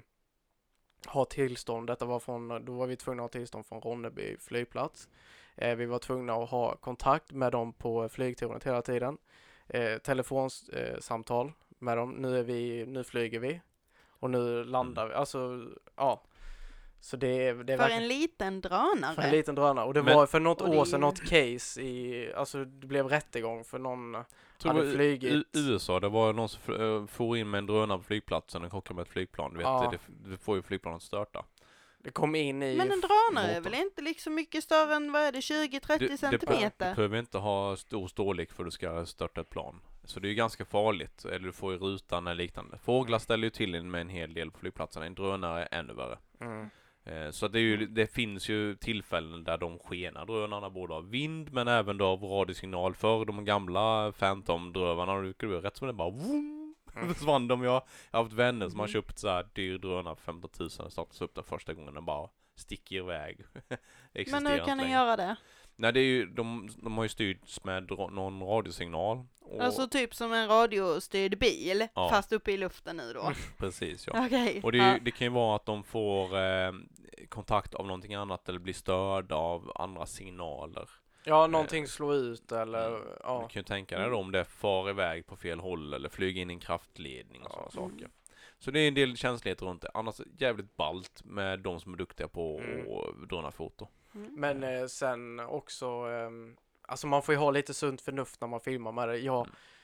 ha tillstånd, detta var från, då var vi tvungna att ha tillstånd från Ronneby flygplats. Eh, vi var tvungna att ha kontakt med dem på flygtornet hela tiden. Eh, telefonsamtal eh, med dem. Nu är vi, nu flyger vi. Och nu landar vi. Alltså, ja. Så det är, det är För verkligen en liten drönare? för en liten drönare. Och det Men- var för något och det år är sedan ju- något case i, alltså det blev rättegång för någon Tror hade du, flugit. U- U S A, det var någon som f- äh, for in med en drönare på flygplatsen och krockade med ett flygplan. Du vet, Ja. det, det får ju flygplanet störta. Det kom in i... Men en drönare är motorn. väl inte liksom mycket större än, vad är det, tjugo till trettio Du, du centimeter? behöver inte ha stor storlek för att du ska störta ett plan. Så det är ju ganska farligt. Eller du får ju rutan eller liknande. Fåglar ställer ju till in med en hel del på flygplatserna. En drönare är ännu värre. Mm. Eh, så det, är ju, det finns ju tillfällen där de skenar drönarna både av vind men även då av radiosignal. För de gamla Phantom-drönarna, det är rätt som det bara vroom, Mm. försvann de. Jag har haft vänner som har köpt så här dyr drönare för femton tusen och startat upp den första gången och bara sticker iväg. Men hur kan den göra det? Nej, det är ju, de, de har ju styrts med någon radiosignal. Och, Alltså typ som en radiostyrd bil, ja. Fast uppe i luften nu då. Precis, ja. Okay. Och det, är, ja. det kan ju vara att de får eh, kontakt av någonting annat eller blir störda av andra signaler. Ja, någonting slår ut eller Mm. ja. Du kan ju tänka dig då om det far iväg på fel håll eller flyger in i en kraftledning och Ja. sådana saker. Så det är en del känsligheter runt det. Annars jävligt ballt med de som är duktiga på Mm. att drönarfoto. Mm. Men eh, sen också, eh, alltså man får ju ha lite sunt förnuft när man filmar med det. Ja,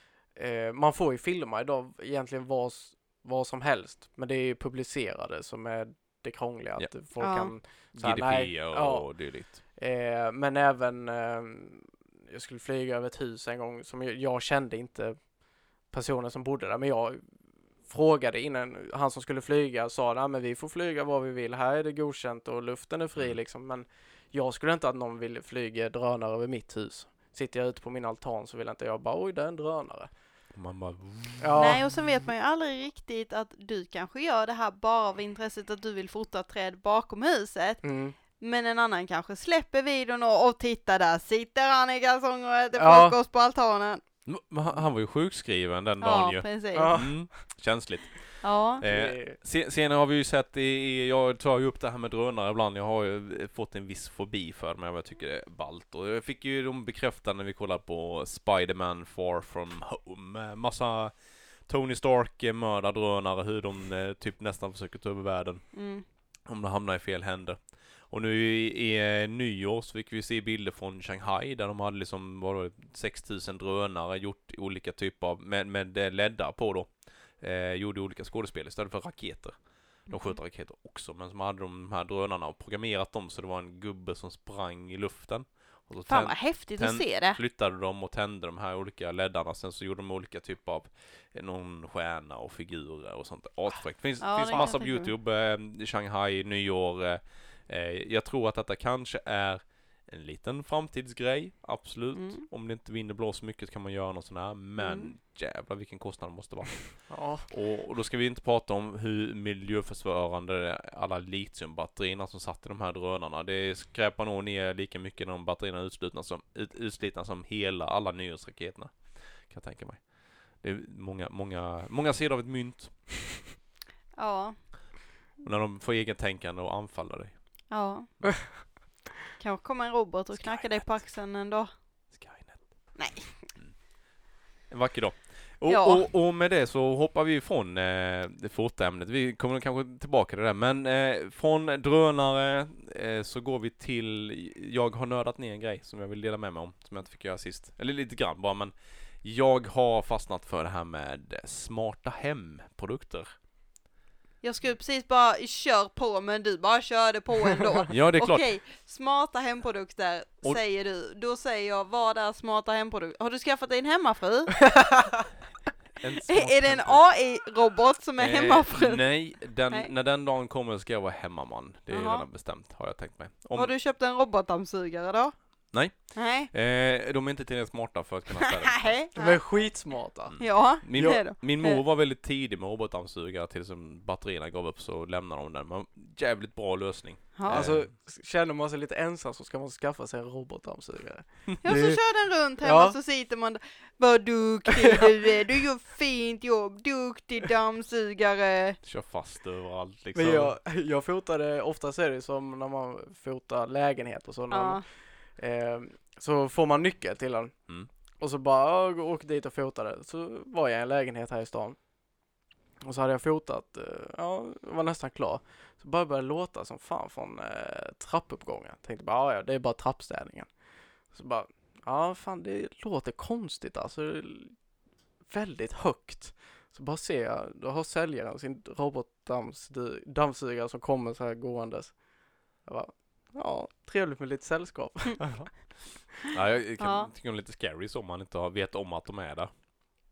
eh, man får ju filma idag egentligen vad, vad som helst, men det är ju publicerade som är det krångliga. Att Ja. folk Ja. kan G D P nej, och ja. dylikt. Eh, men även, eh, jag skulle flyga över ett hus en gång som jag, jag kände inte personen som bodde där, men jag frågade innan han som skulle flyga sa nej men vi får flyga vad vi vill, här är det godkänt och luften är fri Mm. liksom, men jag skulle inte att någon ville flyga drönare över mitt hus. Sitter jag ute på min altan så vill inte jag bara oj det är en drönare. Man bara... Ja. Nej, och sen vet man ju aldrig riktigt att du kanske gör det här bara av intresset att du vill fota träd bakom huset. Mm. Men en annan kanske släpper videon och, och tittar där sitter han i kalsonger och äter Ja. frukost på altanen. Men han han var ju sjukskriven den Ja, dagen ju. precis. Ja. Mm, känsligt. Ja. Eh, Det- sen, sen har vi ju sett, i, i, jag tar ju upp det här med drönare ibland, jag har ju fått en viss fobi för det, men jag tycker det är ballt. Och jag fick ju de bekräfta när vi kollade på Spider-Man Far From Home. Massa Tony Stark eh, mördardrönare, hur de eh, typ nästan försöker ta över världen. Mm. Om det hamnar i fel händer. Och nu i, i eh, nyår så fick vi se bilder från Shanghai där de hade liksom var sex tusen drönare gjort i olika typer av, med, med L E D på då. Eh, gjorde olika skådespel istället för raketer. De sköt raketer också, men som hade de här drönarna och programmerat dem så det var en gubbe som sprang i luften. Och så Fan tänd, vad häftigt att tänd- se det. flyttade de och tände de här olika L E D-arna. Sen så gjorde de olika typer av eh, någon stjärna och figurer och sånt. Artfräckt. Finns, Ja, finns det kan massa jag på tänka mig. YouTube. Eh, Shanghai, nyår. Eh, eh, jag tror att detta kanske är en liten framtidsgrej. Absolut. Mm. Om det inte vinner blås mycket kan man göra något sånt här. Men Mm. jävlar vilken kostnad det måste vara. ja. Och, och då ska vi inte prata om hur miljöförsvörande alla litiumbatterierna som satt i de här drönarna. Det skräpar nog ner lika mycket när de batterierna är utslitna som, ut, utslitna som hela alla nyårsraketerna. Kan jag tänka mig. Det är många, många, många sidor av ett mynt. Ja. Och när de får egen tänkande och anfaller dig. Ja. Kanske kommer en robot och knackar dig på axeln en dag. Skynet. Nej. Mm. En vacker dag. Och, Ja. och, och med det så hoppar vi ifrån eh, det fotoämnet. Vi kommer kanske tillbaka till det där. Men eh, från drönare eh, så går vi till... Jag har nördat ner en grej som jag vill dela med mig om. Som jag inte fick göra sist. Eller lite grann bara. Men jag har fastnat för det här med smarta hemprodukter. Jag skulle precis bara kör på men du bara körde på ändå. Ja, det är klart. Okej, smarta hemprodukter Och- säger du. Då säger jag, vad är smarta hemprodukter? Har du skaffat dig en hemmafru? En smart Är det en hemprodukt. A I-robot som är Eh, hemmafru? nej, den, Nej. när den dagen kommer ska jag vara hemmaman. Det är Jaha. redan bestämt, har jag tänkt mig. Om, Har du köpt en robotdammsugare då? Nej. Nej. eh, de är inte tillräckligt smarta för att kunna ställa det. Nej. De är skitsmarta. Ja, Min, det är det. min mor var väldigt tidig med robotdammsugare tills batterierna gav upp så lämnade hon den. Men jävligt bra lösning. Ja. Alltså, känner man sig lite ensam så ska man skaffa sig en robotdammsugare. Ja, så det- kör den runt hemma Ja. så sitter man där. Vad duktig du är, du gör fint jobb, duktig dammsugare. Kör fast överallt liksom. Men jag, jag fotade, oftast är det som när man fotar lägenhet och så. När Ja. man, eh, så får man nyckel till den. Mm. Och så bara ja, åk dit och fotade. Så var jag i en lägenhet här i stan. Och så hade jag fotat, eh, ja, var nästan klar. Så bara började det låta som fan från eh, trappuppgången. Tänkte bara, ja, ja, det är bara trappstädningen. Så bara, ja fan det låter konstigt alltså. Det är väldigt högt. Så bara ser jag, då har säljaren sin robotdammsugare som kommer så här gåendes. Jag bara, ja, trevligt med lite sällskap. Ja, jag kan Ja. tycka det är lite scary så om man inte har, vet om att de är där.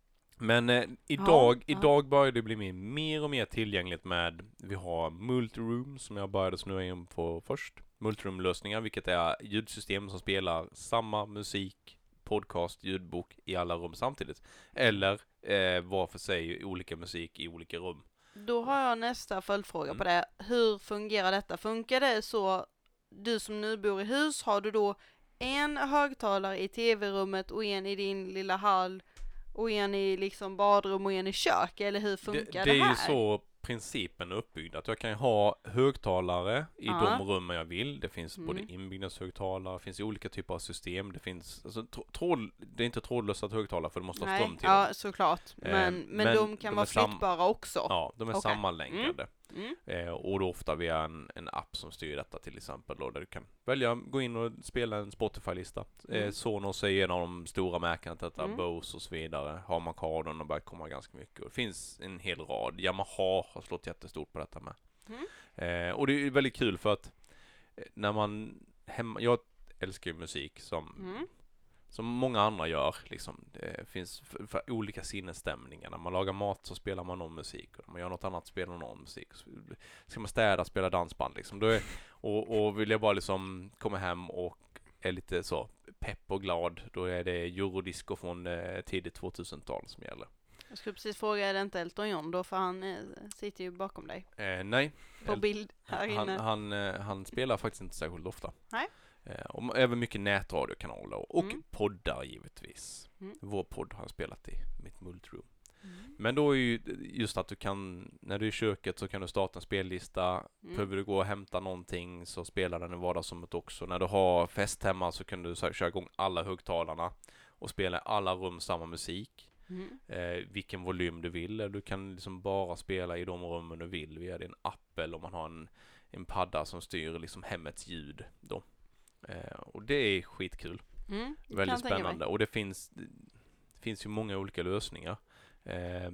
Men eh, idag, ja, idag börjar det bli mer, mer och mer tillgängligt med, vi har Multiroom som jag började snurra in på först. Multiroom-lösningar, vilket är ljudsystem som spelar samma musik, podcast, ljudbok i alla rum samtidigt. Eller eh, var för sig olika musik i olika rum. Då har jag nästa följdfråga Mm. på det. Hur fungerar detta? Funkar det så, du som nu bor i hus, har du då en högtalare i tv-rummet och en i din lilla hall och en i liksom badrum och en i kök? Eller hur funkar det, det, det det är här? ju så principen är uppbyggd, att jag kan ha högtalare i Ja. de rummen jag vill. Det finns Mm. både inbyggnadshögtalare, det finns ju olika typer av system. Det finns, alltså, tr- tråd, det är inte trådlösa högtalare för du måste ha Nej, ström till ja, dem. såklart. Eh, Men, men, men de kan de vara är sam- flyttbara också. Ja, de är Okej. sammanlänkade. Mm. Eh, och då ofta via en, en app som styr detta till exempel då, där du kan välja, gå in och spela en Spotify-lista. Mm. Eh, Sonos är en av de stora märkena till detta, Mm. Bose och så vidare. Har man Cardon och börjat komma ganska mycket. Och det finns en hel rad. Yamaha har slått jättestort på detta med. Mm. Eh, och det är väldigt kul för att eh, när man hemma, jag älskar ju musik som Mm. som många andra gör, liksom. Det finns för, för olika sinnesstämningar. När man lagar mat så spelar man någon musik, och när man gör något annat spelar man någon musik. Så ska man städa, spela dansband liksom. Då är, och, och vill jag bara liksom komma hem och är lite så pepp och glad, då är det eurodisco från eh, tidigt tvåtusental som gäller. Jag skulle precis fråga, är det inte Elton John då? För han eh, sitter ju bakom dig. Eh, nej. På El- bild här han, inne. han, eh, han spelar faktiskt inte särskilt ofta. Nej. Eh, och även mycket nätradiokanaler och Mm. poddar givetvis. Mm. Vår podd har jag spelat i mitt multiroom. Mm. Men då är ju just att du kan, när du är i köket så kan du starta en spellista. Mm. Behöver du gå och hämta någonting så spelar den i vardagsrummet också. När du har fest hemma så kan du så här, köra igång alla högtalarna och spela i alla rum samma musik. Mm. Eh, vilken volym du vill. Eller du kan liksom bara spela i de rummen du vill via din app, eller om man har en, en padda som styr liksom hemmets ljud då. Eh, och det är skitkul. Mm. Jag Väldigt kan tänka mig. spännande. Och det finns, det finns ju många olika lösningar. Eh,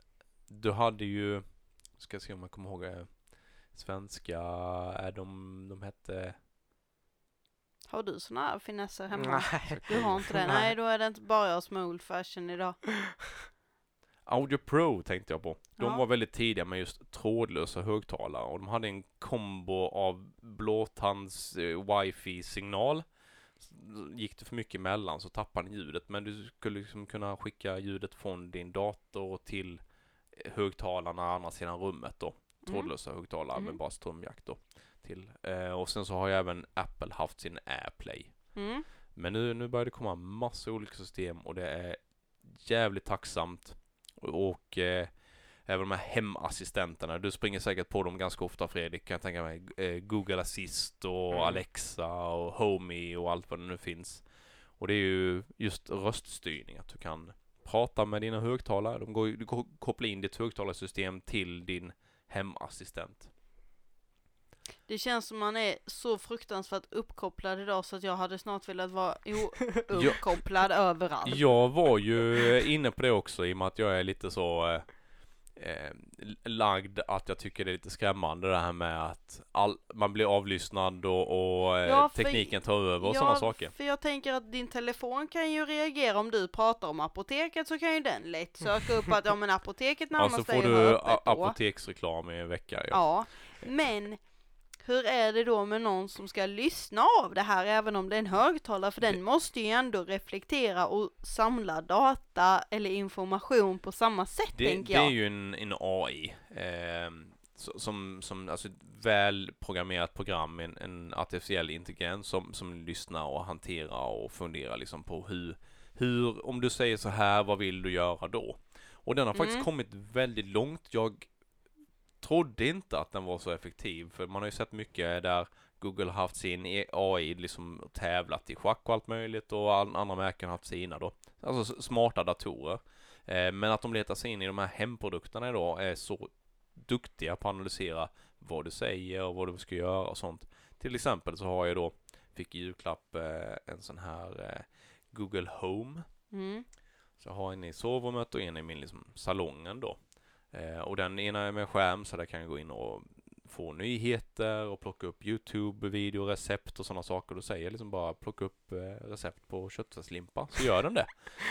du hade ju, ska se om jag kommer ihåg, eh, svenska, är de, de hette... Har du såna här finesser hemma? Nej. Du har inte det? Nej, då är det inte bara jag som är old fashion idag. Audio Pro tänkte jag på. De Ja. var väldigt tidiga med just trådlösa högtalare, och de hade en kombo av blåtands eh, wifi-signal. Gick det för mycket emellan så tappade den ljudet, men du skulle liksom kunna skicka ljudet från din dator till högtalarna andra sidan rummet då. Trådlösa högtalare Mm. med bara strömjakt då. Till. Eh, och sen så har ju även Apple haft sin AirPlay. Mm. Men nu, nu börjar det komma massa olika system, och det är jävligt tacksamt. Och, och eh, även de här hemassistenterna, du springer säkert på dem ganska ofta, Fredrik, kan jag tänka mig. Eh, Google Assist och Mm. Alexa och Homey och allt vad det nu finns. Och det är ju just röststyrning, att du kan prata med dina högtalare. De går, du går, kopplar in ditt högtalarsystem till din hemassistent. Det känns som man är så fruktansvärt uppkopplad idag så att jag hade snart velat vara uppkopplad överallt. Jag var ju inne på det också, i och med att jag är lite så eh, eh, lagd att jag tycker det är lite skrämmande det här med att all, man blir avlyssnad och, och eh, Ja, för- tekniken tar över och Ja, sådana saker. för jag tänker att din telefon kan ju reagera om du pratar om apoteket, så kan ju den lätt söka upp att ja, men apoteket Ja, närmast så dig får har du öppet a- då. apoteksreklam i en vecka. Ja. Ja, men hur är det då med någon som ska lyssna av det här, även om det är en högtalare? För den måste ju ändå reflektera och samla data eller information på samma sätt, Det, tänker det jag. är ju en, en A I. Eh, så- som, som alltså ett väl programmerat program, en, en artificiell intelligens som, som lyssnar och hanterar och funderar liksom på hur, hur, om du säger så här, vad vill du göra då? Och den har faktiskt Mm. kommit väldigt långt. Jag trodde inte att den var så effektiv, för man har ju sett mycket där Google har haft sin A I liksom tävlat i schack och allt möjligt, och all, andra märken har haft sina då. Alltså s- smarta datorer. Eh, men att de letar sig in i de här hemprodukterna idag är så duktiga på att analysera vad du säger och vad du ska göra och sånt. Till exempel så har jag då, fick i julklapp eh, en sån här eh, Google Home. Mm. Så jag har en i sovrummet och en i min liksom, salongen då. Eh, och den ena är med skärm, så där kan jag gå in och få nyheter och plocka upp YouTube-video, recept och sådana saker. Då säger jag liksom bara plocka upp eh, recept på köttfärslimpa, så gör den det.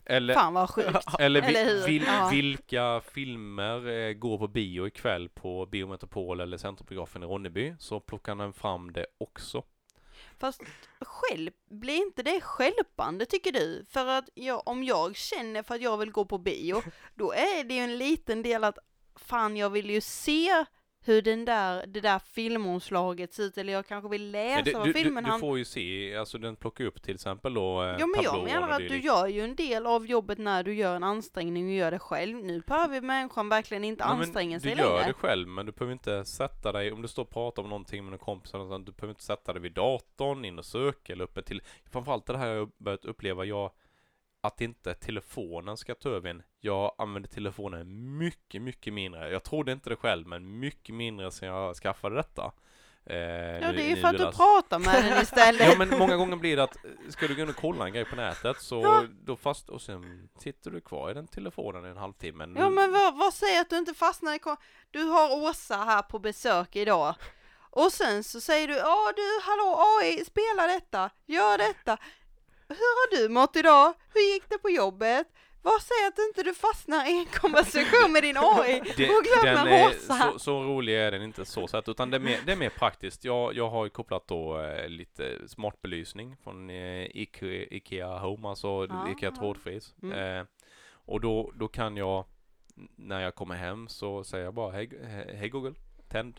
Eller, Fan vad sjukt. eller, vi, Eller hur? vil, Ja. vilka filmer eh, går på bio ikväll på Biometropol eller Centrumbiografen i Ronneby, så plockar den fram det också. Fast själv, blir inte det stjälpande tycker du? För att jag, om jag känner för att jag vill gå på bio, då är det ju en liten del att fan jag vill ju se hur den där, det där filmomslaget ser ut, eller jag kanske vill läsa det, vad du, filmen du, han... du får ju se, alltså den plockar upp till exempel då eh, Jo men jag tablåer menar och att du dylikt. gör ju en del av jobbet när du gör en ansträngning och gör det själv. Nu behöver människan verkligen inte Ja, men anstränga sig du gör längre. det själv, men du behöver inte sätta dig, om du står och pratar om någonting med en kompis eller sånt, du behöver inte sätta dig vid datorn, in och söka eller uppe till, framförallt det här jag har börjat uppleva, jag, att inte telefonen ska ta över en. Jag använder telefonen mycket, mycket mindre. Jag trodde inte det själv, men mycket mindre sen jag skaffade detta. Eh, Ja nu- det är ju nu för att du deras- pratar med den istället. Ja men många gånger blir det att ska du gå in och kolla en grej på nätet så Ja. då fast och sen sitter du kvar i den telefonen i en halvtimme. Ja men vad, vad säger att du inte fastnar i kom- Du har Åsa här på besök idag. Och sen så säger du, ja du, hallå A I, spela detta, gör detta. Hur har du mått idag? Hur gick det på jobbet? Vad säger att inte du fastnar i en konversation med din A I Det, och glömmer den är, Åsa? så, så rolig är den inte så sätt, utan det är mer, det är mer praktiskt. Jag, jag har ju kopplat då eh, lite smartbelysning från eh, Ikea, Ikea Home, alltså Ah. Ikea trådfris. Mm. Eh, och då, då kan jag, när jag kommer hem så säger jag bara, hej, he- hej Google, tänd.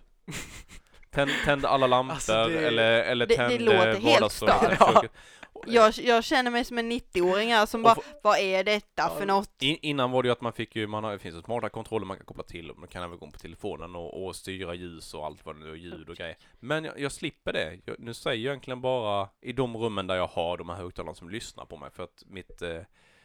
Tänd, tänd alla lampor Alltså, det- eller, eller Det- det tänd låter eh, helt vardagsrummet i stört. köket. Jag, jag känner mig som en nittioåring här som Och bara, f- vad är detta för något? In, innan var det ju att man fick ju, man har, det finns ju smarta kontroller man kan koppla till och man kan även gå på telefonen och, och styra ljus och allt vad det nu är, ljud och grejer. Men jag, jag slipper det. Jag, nu säger jag egentligen bara i de rummen där jag har de här högtalarna som lyssnar på mig för att mitt... Eh,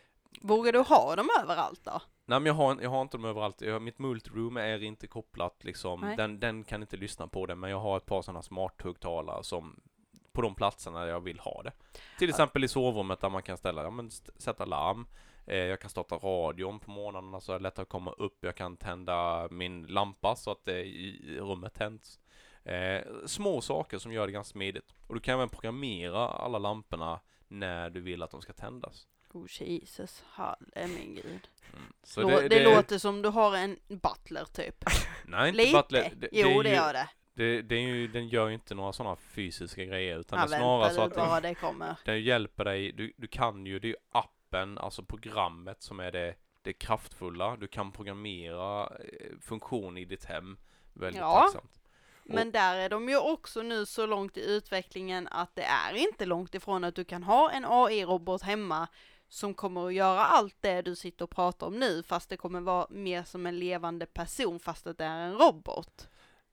Vågar du ha dem överallt då? nej men jag har, jag har inte dem överallt. Jag, mitt multiroom är inte kopplat liksom. Nej. Den, den kan inte lyssna på det, men jag har ett par sådana smart högtalare som på de platserna där jag vill ha det. Till exempel i sovrummet där man kan ställa, ja, men st- sätta larm. Eh, jag kan starta radion på morgonen så är det lättare att komma upp. Jag kan tända min lampa så att det i rummet tänds. Eh, små saker som gör det ganska smidigt. Och du kan även programmera alla lamporna när du vill att de ska tändas. Oh Jesus, herre min gud. Mm. Så Lå- det, det låter som du har en butler typ. Nej, inte Lite. butler. Det, jo är det ju- gör det. Det, det är ju, den gör ju inte några sådana fysiska grejer utan Ja, det är snarare så vänta att du bara det kommer. den hjälper dig, du, du kan ju, det är ju appen, alltså programmet som är det, det kraftfulla. Du kan programmera eh, funktion i ditt hem, väldigt Ja. tacksamt. Men där är de ju också nu så långt i utvecklingen att det är inte långt ifrån att du kan ha en A I-robot hemma som kommer att göra allt det du sitter och pratar om nu, fast det kommer vara mer som en levande person fast att det är en robot.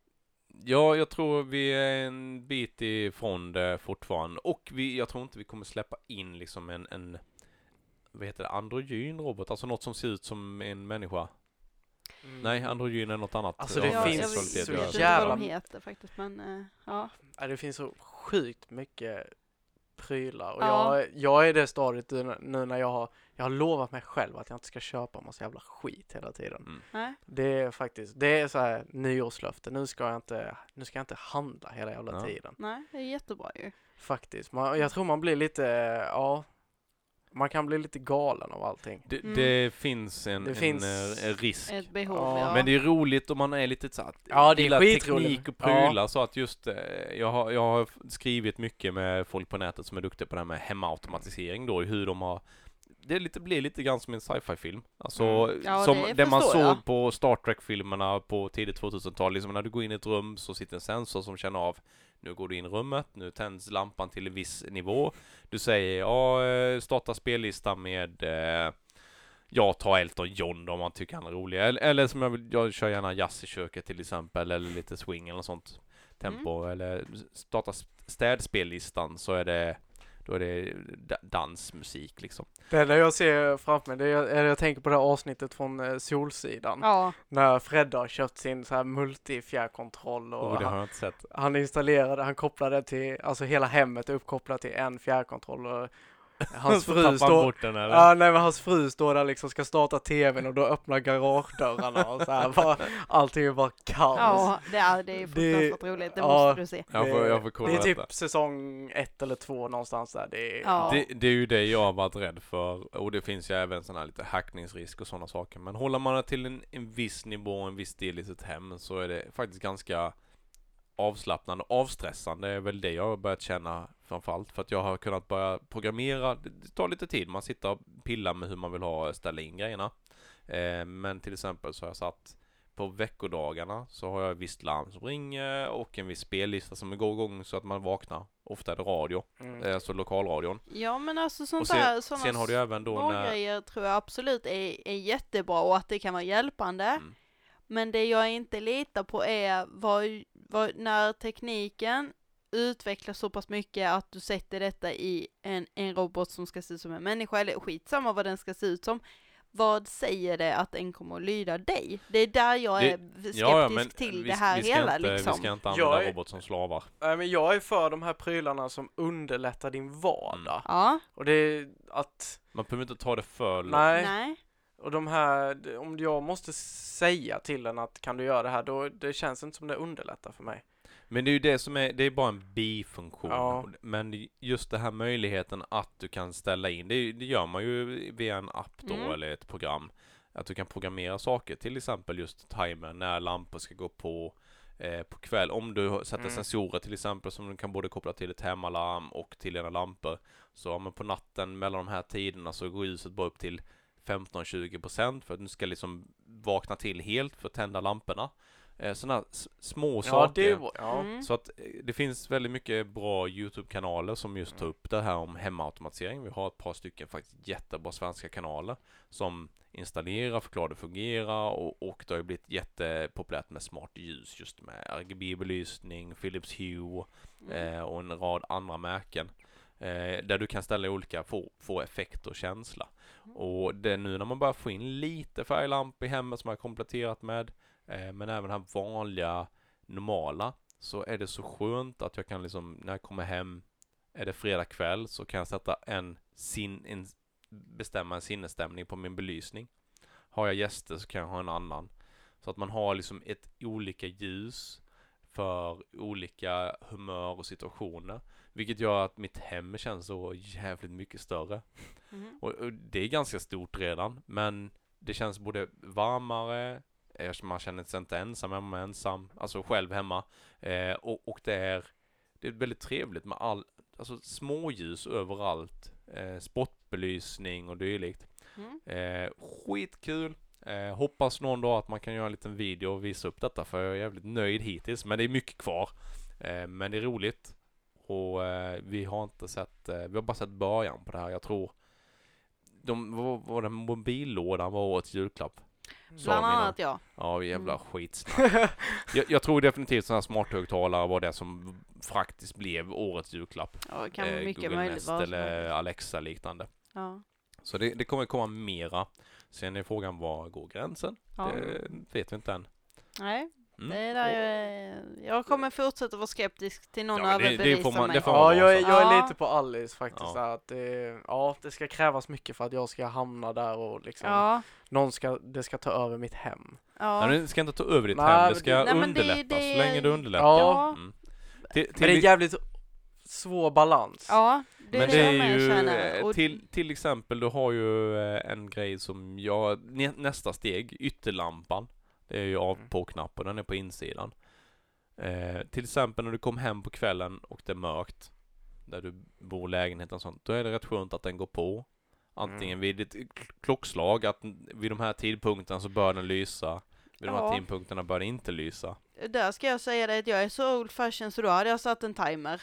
Ja, jag tror vi är en bit ifrån det fortfarande. Och vi, jag tror inte vi kommer släppa in liksom en, en vad heter det, androgyn robot, alltså något som ser ut som en människa. Mm. Nej, androgyn är något annat. Alltså, det Ja, finns jag sexualitet vet, så att jag göra. vet inte jävla- vad de heter faktiskt, men eh, ja. Ja, det finns så sjukt mycket prylar och Ja. jag, jag är i det stadiet nu, nu när jag har, jag har lovat mig själv att jag inte ska köpa massa jävla skit hela tiden. Mm. Nej. Det är faktiskt, det är så här nyårslöfte. Nu ska jag inte, nu ska jag inte handla hela jävla Ja. tiden. Nej, det är jättebra ju. Faktiskt. Man, jag tror man blir lite, ja, man kan bli lite galen av allting. Det, Mm. det finns en, Det en, finns eh, risk. Ett behov, Ja. ja. Men det är roligt om man är lite så att Ja, det är gillar skitroligt. teknik och prylar så att just eh, jag har, jag har skrivit mycket med folk på nätet som är duktiga på det här med hemautomatisering då, i hur de har det är lite, blir lite grann som en sci-fi-film. Alltså, Mm. Ja, som det det man förstår såg jag. på Star Trek-filmerna på tidigt tvåtusental. Liksom när du går in i ett rum så sitter en sensor som känner av, nu går du in i rummet, nu tänds lampan till en viss nivå. Du säger, ja, eh, starta spellistan med eh, jag tar Elton John då, om man tycker han är rolig. Eller, eller som jag vill, jag kör gärna jazz i köket till exempel, eller lite swing eller något sånt tempo. Mm. Eller starta städspellistan så är det, då är det da- dansmusik liksom. Det enda jag ser framför mig, det är, är jag tänker på det här avsnittet från eh, Solsidan. Ja, När Fredda har köpt sin så här multi-fjärrkontroll och Och det har han, jag inte sett. han installerade, han kopplade till, alltså hela hemmet är uppkopplat till en fjärrkontroll och Hans Så fru tappar han står... bort den, eller? Ja, nej, men hans fru står där liksom, ska starta tvn och då öppnar garagedörrarna och så här. Bara, allting är bara kaos. Ja, det är, det är fruktansvärt Det- roligt. Det ja. måste du se. Jag får, jag får kolla Det är typ detta. säsong ett eller två någonstans där. Det är, Ja. Det, det är ju det jag har varit rädd för, och det finns ju även sådana här lite hackningsrisk och sådana saker. Men håller man det till en, en viss nivå, en viss del i sitt hem, så är det faktiskt ganska avslappnande, avstressande är väl det jag har börjat känna framförallt. För att jag har kunnat börja programmera, det tar lite tid, man sitter och pillar med hur man vill ha ställa in grejerna. Eh, men till exempel så har jag satt på veckodagarna så har jag ett visst larm som ringer och en viss spellista som går igång så att man vaknar. Ofta är det radio, Mm. alltså lokalradion. Ja, men alltså sånt Och sen, där, såna sen har du ju även då små när... grejer tror jag absolut är, är jättebra och att det kan vara hjälpande. Mm. Men det jag inte litar på är vad, vad, när tekniken utvecklas så pass mycket att du sätter detta i en, en robot som ska se ut som en människa, eller skitsamma vad den ska se ut som. Vad säger det att den kommer att lyda dig? Det är där jag Det- är skeptisk Ja, ja, men till vi, det här vi ska hela inte, liksom. Vi ska inte använda Jag är- robot som slavar. Nej, men jag är för de här prylarna som underlättar din vardag. Ja, Och det är att, Man behöver inte ta det för långt. nej, nej. och de här, om jag måste säga till den att kan du göra det här, då det känns inte som det underlättar för mig. Men det är ju det som är, det är bara en bifunktion. Ja. Men just det här möjligheten att du kan ställa in, det, det gör man ju via en app då, Mm. eller ett program. Att du kan programmera saker, till exempel just timer, när lampor ska gå på eh, på kväll. Om du sätter Mm. sensorer till exempel som du kan både koppla till ett hemalarm och till dina lampor. Så men på natten mellan de här tiderna så går ljuset bara upp till femton till tjugo procent för att du ska liksom vakna till helt för att tända lamporna. Eh, sådana s- små Ja, saker. det är, ja. Mm. Så att eh, det finns väldigt mycket bra YouTube-kanaler som just tar upp det här om hemautomatisering. Vi har ett par stycken faktiskt jättebra svenska kanaler som installerar, förklarar det fungerar och, och det har ju blivit jättepopulärt med smart ljus just med R G B-belysning, Philips Hue eh, och en rad andra märken. Eh, där du kan ställa olika, få, få effekt och känsla. Och det är nu när man börjar få in lite färglampor i hemmet som jag har kompletterat med, eh, men även den här vanliga normala, så är det så skönt att jag kan liksom, när jag kommer hem, är det fredag kväll, så kan jag sätta en, sin, en bestämma en sinnesstämning på min belysning. Har jag gäster så kan jag ha en annan. Så att man har liksom ett olika ljus för olika humör och situationer. Vilket gör att mitt hem känns så jävligt mycket större. Mm. Och, och det är ganska stort redan, men det känns både varmare, eh, man känner sig inte ensam hemma, ensam, alltså själv hemma. Eh, och, och det är det är väldigt trevligt med all, alltså småljus överallt, eh, spottbelysning och dylikt. Mm. Eh, skitkul. Eh, hoppas någon dag att man kan göra en liten video och visa upp detta, för jag är jävligt nöjd hittills, men det är mycket kvar. Eh, men det är roligt. Och eh, vi har inte sett, eh, vi har bara sett början på det här. Jag tror de, var, var den mobillådan var årets julklapp. Sa Bland mina- annat ja. Ja, jävla Mm. skitsnack. jag, jag tror definitivt sådana här smarthögtalare var det som faktiskt blev årets julklapp. Ja, det kan Eh, mycket Google möjligt Nest vara som eller helst. Alexa liknande. Ja. Så det, det kommer komma mera. Sen är frågan, var går gränsen? Ja. Det vet vi inte än. Nej, Mm. det är där jag är. Jag kommer fortsätta vara skeptisk till någon Ja, men det- det överbevisar får man- mig. det får Ja, jag är, jag är Ja. lite på Alice faktiskt. Ja. Där, att det, ja, det ska krävas mycket för att jag ska hamna där och liksom, Ja, någon ska, det ska ta över mitt hem. ja. Men det ska inte ta över ditt Nej, hem, det men ska det- nej, men det- underlätta det- så länge det underlättar. Ja. Mm. Till, Men det är jävligt svår balans. Ja, det är Men det, det jag är med ju, känner. eh, Och, till, till exempel, du har ju eh, en grej som jag, nä- nästa steg, ytterlampan. Det är ju av Mm. på knappen, den är på insidan. Eh, till exempel när du kom hem på kvällen och det är mörkt, där du bor i lägenheten och sånt, då är det rätt skönt att den går på. Antingen Mm. vid ett k- klockslag, att vid de här tidpunkterna så bör den lysa. Vid de här Ja. tidpunkterna bör den inte lysa. där ska jag säga det att jag är så old fashion så då hade jag satt en timer.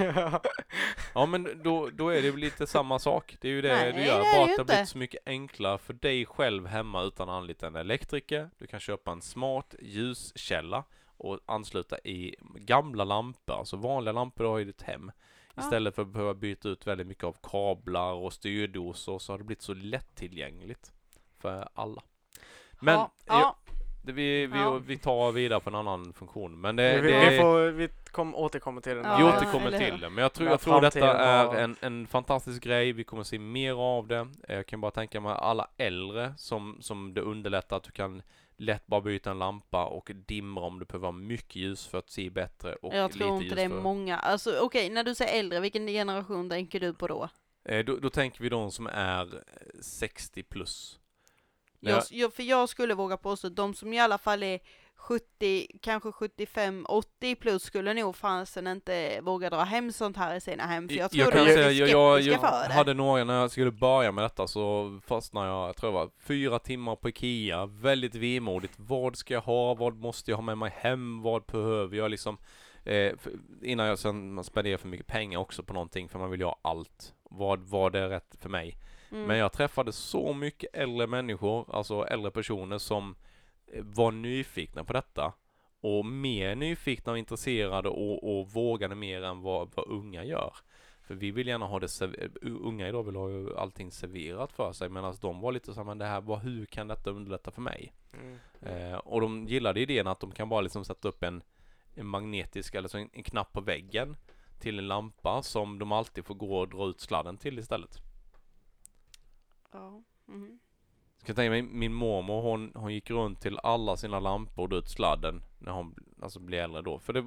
Ja, men då, då är det väl lite samma sak. Det är ju det Nej, du det gör. är Bara det att ju det har inte. blivit så mycket enklare för dig själv hemma utan att anlita en elektriker. Du kan köpa en smart ljuskälla och ansluta i gamla lampor, alltså vanliga lampor du har i ditt hem. Ja. Istället för att behöva byta ut väldigt mycket av kablar och styrdosor, så har det blivit så lättillgängligt för alla. Men ja, jag, ja. det, vi, vi, Ja. vi tar vidare på en annan funktion. Men det, vi, det, vi får vi kom, återkomma till det. Ja, vi ja, återkommer eller hur? till det. Men jag tror, När jag tror detta framtiden är har- en, en fantastisk grej. Vi kommer se mer av det. Jag kan bara tänka mig alla äldre som, som det underlättar att du kan lätt bara byta en lampa och dimma om du behöver ha mycket ljus för att se bättre och Jag lite tror inte ljus det är för... många. Alltså okej, när du säger äldre, vilken generation tänker du på då? Eh, då, då tänker vi de som är sextio plus. När Jag, jag, för jag skulle våga påstå att de som i alla fall är sjuttio, kanske sjuttiofem, åttio plus skulle nog fansen inte våga dra hem sånt här i sina hem. För jag tror jag de kan är säga, lite jag, skeptiska jag, för jag det. hade några när jag skulle börja med detta så fastnade jag, jag tror det var fyra timmar på Ikea, väldigt vemodigt. Vad ska jag ha? Vad måste jag ha med mig hem? Vad behöver jag liksom? Eh, för, innan jag sen man spenderar för mycket pengar också på någonting för man vill ju ha allt. Vad var det rätt för mig? Mm. Men jag träffade så mycket äldre människor, alltså äldre personer som var nyfikna på detta. Och mer nyfikna och intresserade och, och vågade mer än vad, vad unga gör. För vi vill gärna ha det, serv- unga idag vill ha ju allting serverat för sig. Medan de var lite så här, men det här, vad, hur kan detta underlätta för mig? Mm. Eh, och de gillade idén att de kan bara liksom sätta upp en, en magnetisk, eller så en, en knapp på väggen till en lampa som de alltid får gå och dra ut sladden till istället. Ja. Mhm. Ska jag tänka mig, min mormor hon, hon gick runt till alla sina lampor och drog ut sladden när hon alltså blev äldre då. För det,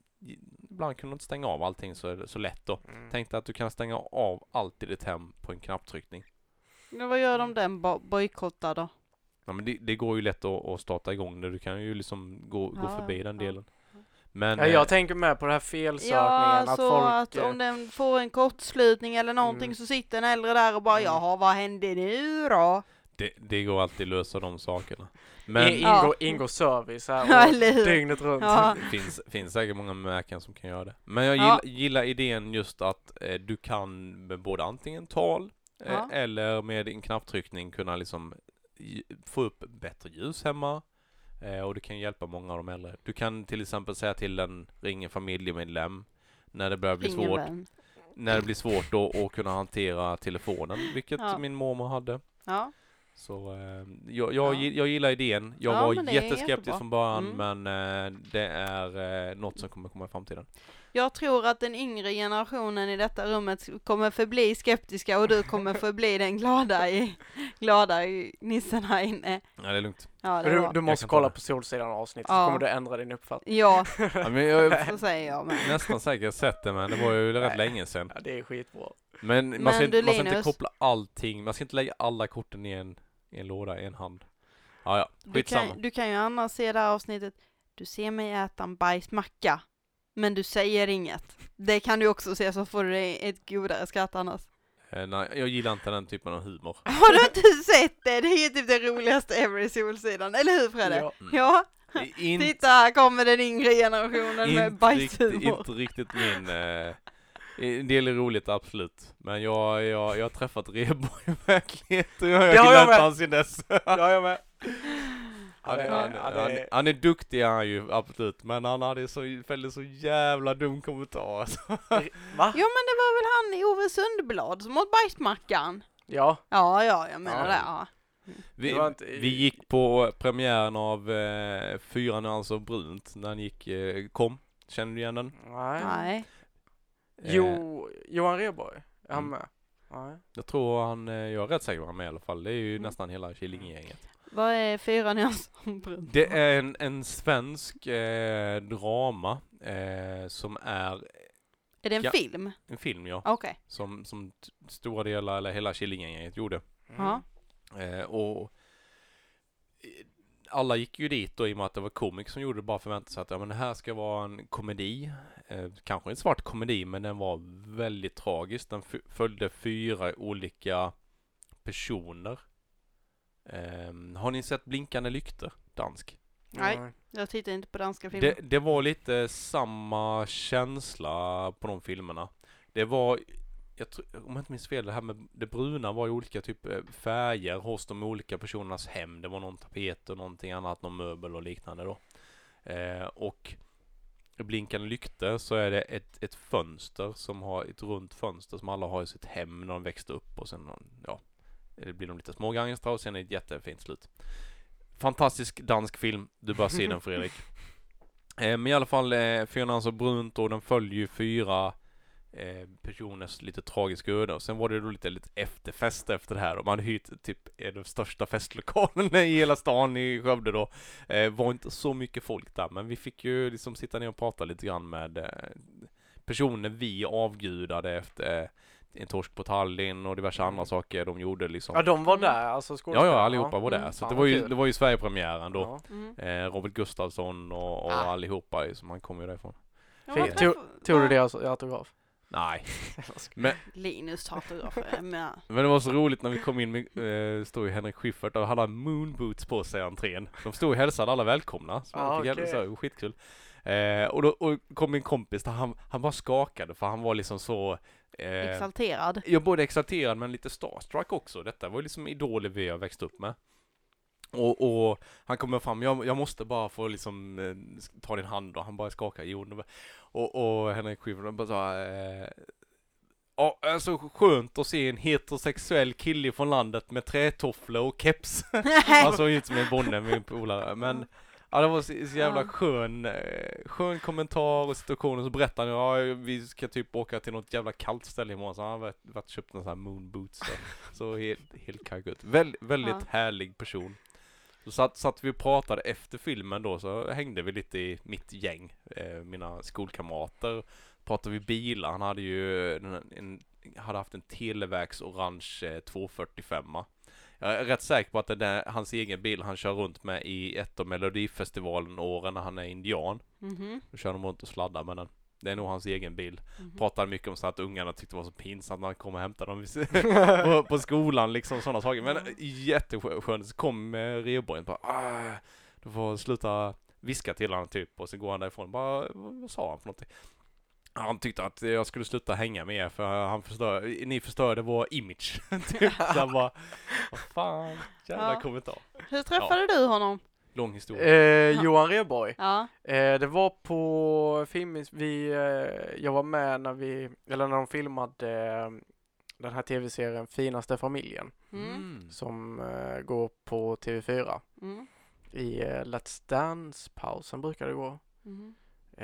ibland kunde hon inte stänga av allting så, så lätt då. Mm. Tänkte att du kan stänga av allt i ditt hem på en knapptryckning. Men vad gör de den bo- bojkottar då? Ja, men det, det går ju lätt att, att starta igång det. Du kan ju liksom gå, gå Ja, förbi den ja. delen. Men, Ja, eh, jag tänker med på det här felsökningen. Ja, att så folk, att eh, om den får en kortslutning eller någonting Mm. så sitter en äldre där och bara Mm. jaha, vad hände nu då? det, det går alltid att lösa de sakerna. Men in, Ja. ingår, ingår service Ja, här och eller hur? dygnet runt. Ja. det finns, finns säkert många märken som kan göra det. Men jag Ja. gillar, gillar idén just att eh, du kan med både antingen tal eh, Ja. eller med en knapptryckning kunna liksom i- få upp bättre ljus hemma. Eh, och det kan hjälpa många av de äldre. Du kan till exempel säga till en ring en familjemedlem när det börjar bli Ingen svårt. vän. När det blir svårt då att kunna hantera telefonen, vilket Ja. min mormor hade. Ja. Så eh, jag, jag, Ja. gi- jag gillar idén. Jag Ja, var men det är jätteskeptisk jättebra. från början, Mm. men eh, det är eh, något som kommer komma i framtiden. Jag tror att den yngre generationen i detta rummet kommer förbli skeptiska och du kommer förbli den glada i, glada i nissen här inne. Ja, det är lugnt. Ja, det Du, var. du måste kan ta kolla det. på Solsidan avsnittet Ja. så kommer du ändra din uppfattning. Ja, Ja, men jag så säger jag med. är nästan säkert sett det, men det var ju rätt länge sedan. Ja, det är skitbra. Men, Men man, ska, du, inte- man ska inte Linus. koppla allting, man ska inte lägga alla korten i en, i en låda i en hand. Ja, ja, Du skitsamma. kan, du kan ju annars se det här avsnittet. Du ser mig äta en bajsmacka, men du säger inget. Det kan du också se, så får du ett godare skratt annars. Eh, nej, jag gillar inte den typen av humor. Har du inte sett det? Det är ju typ det roligaste ever i Solsidan, eller hur Fredde? Ja. Mm. Ja, Det är inte, titta här kommer den yngre generationen med inte, riktigt, bajshumor. inte riktigt min... Eh, en del är roligt, absolut. Men jag, jag, jag har träffat Rebo i verkligheten och jag har Det har jag gillat med. han sen dess. Ja, jag med. Han är, Ja, han, det- han, ja, han, det- är- han är duktig är han ju, absolut. Men han hade så, fällde så jävla dum kommentar. Alltså. Va? Jo men det var väl han i Ove Sundblad som åt bajsmackan? Ja. Ja, ja, jag menar Ja. det. Ja. Vi, Det var inte- vi gick på premiären av eh, Fyra nyanser brunt när han gick, eh, kom. Känner du igen den? Nej. Nej. Eh, Jo, Johan Rheborg. Är han Mm. med? Nej. Jag tror han, eh, jag är rätt säker på att han är med i alla fall. Det är ju Mm. nästan hela Killinggänget. Vad är fyra nyanser om brunt? Det är en, en svensk eh, drama eh, som är Är det en Ja. film? en film, ja. Okej. Som, som t- stora delar, eller hela Killinggänget gjorde. Ja. Eh, och eh, alla gick ju dit då i och med att det var komik som gjorde det, bara förväntade sig att ja, men det här ska vara en komedi. Eh, kanske en svart komedi, men den var väldigt tragisk. Den f- följde fyra olika personer. Eh, har ni sett Blinkande lyktor? Dansk. Nej. Nej. Jag tittar inte på danska filmer. Det, det var lite samma känsla på de filmerna. Det var, jag tror, om jag inte minns fel, det här med det bruna var ju olika typ eh, färger hos de olika personernas hem. Det var någon tapet och någonting annat, någon möbel och liknande då. Eh, och i Blinkande lyktor så är det ett, ett fönster som har ett runt fönster som alla har i sitt hem när de växte upp och sen, ja, det blir de lite små gangstrar och sen är det ett jättefint slut. fantastisk dansk film. Du bör se den, Fredrik. Eh, men i alla fall, eh, Fyran så brunt och den följer ju fyra eh, personers lite tragiska öde. Och sen var det då lite, lite efterfest efter det här. Och man hade hyrt typ en av de största festlokalerna i hela stan i Skövde då. Eh, var inte så mycket folk där, men vi fick ju liksom sitta ner och prata lite grann med eh, personer vi avgudade efter eh, en torsk på Tallinn och diverse andra saker de gjorde liksom. Ja, de var där, alltså Ja, ja, allihopa var där. Mm, så det var, ju, det var ju Sverigepremiären då. Ja. Mm. Eh, Robert Gustafsson och, och Ah. allihopa som han kom ju därifrån. Ja, Tog, tog du deras autograf? Nej. Men, Linus tar autografer. Men men det var så roligt när vi kom in med, eh, stod ju Henrik Schyffert och hade han moonboots på sig i entrén. De stod och hälsade alla välkomna. Så Ah, fick okay. hälsa, det var skitkul. Eh, och då och kom min kompis där han, han bara skakade för han var liksom så eh, exalterad. jag både exalterad men lite starstruck också. Detta var ju liksom idoler vi har växt upp med. Och, och han kommer fram, jag, jag måste bara få liksom eh, ta din hand och han bara skakar i jorden. Och, och Henrik Schyffert bara sa eh, ja, alltså skönt att se en heterosexuell kille från landet med trätofflor och keps. Han såg ut som en bonde med en polare. Men ja, det var så, så jävla Ja. skön, eh, skön kommentar och situation. Och så berättade han, ja, vi ska typ åka till något jävla kallt ställe imorgon. Så han har varit, varit köpt en sån här moon boots. Så, så helt, helt kaggut. Väl, väldigt Ja. härlig person. Så satt, satt vi och pratade efter filmen då, så hängde vi lite i mitt gäng, eh, mina skolkamrater. Pratade vi bilar, han hade ju en, en, hade haft en Televerks orange eh, tvåhundrafyrtiofem. Jag är rätt säker på att det är hans egen bil han kör runt med i ett av Melodifestivalen-åren när han är indian. Mhm. Då kör de runt och sladdar med den. Det är nog hans egen bil. Mhm. Pratade mycket om så att ungarna tyckte det var så pinsamt när han kom och hämtade dem på, på skolan, liksom sådana saker. Men jätteskönt. Så kom eh, Rheborg och bara, ah, du får sluta viska till honom typ. Och så går han därifrån. Bara, vad, vad sa han för någonting? Han tyckte att jag skulle sluta hänga med er för han förstör, ni förstörde vår image. typ. Så han bara, vad fan, jävla Ja. kommentar. Hur träffade du honom? Lång historia. Eh, Johan Rheborg. Ja. Eh, det var på film, vi, eh, jag var med när vi, eller när de filmade eh, den här tv-serien Finaste familjen Mm. Mm. som eh, går på T V fyra. Mm. I eh, Let's Dance-pausen brukar det gå. Mm.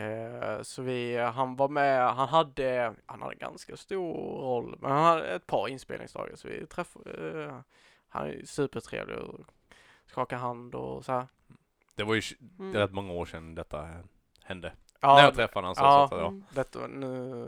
Eh, så vi, han var med, han hade, han hade ganska stor roll, men han hade ett par inspelningsdagar så vi träffade, eh, han är supertrevlig och skakar hand och så här. Det var ju Mm. det är rätt många år sedan detta hände. Ja, När jag träffade honom så, ja. så att, ja. Mm. detta var nu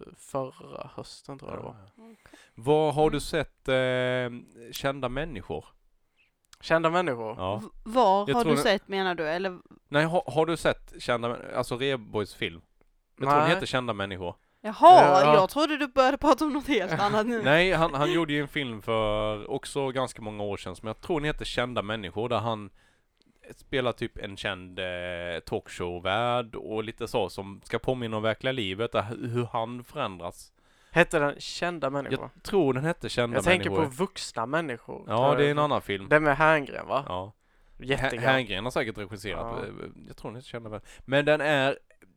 förra hösten tror jag det var. Okej. Vad har du Mm. sett eh, kända människor? Kända människor? Ja. V- Var Jag har tror du det- sett menar du? Eller? Nej, har, har du sett kända män- alltså Rheborgs film? Jag tror den Nej. heter Kända människor. Jaha, Ja. jag trodde du började prata om något helt annat nu. Nej, han, han gjorde ju en film för också ganska många år sedan som jag tror den heter Kända människor där han spelar typ en känd eh, talkshow-värd och lite så som ska påminna om verkliga livet, där, hur han förändras. Hette den Kända människor? Jag tror den hette Kända Jag människor. tänker på Vuxna människor. Ja, det är en annan film. Den med Herngren va? Ja. Jättegammal. Herngren har säkert regisserat. Ja. Jag tror den heter Kända människor. Men den är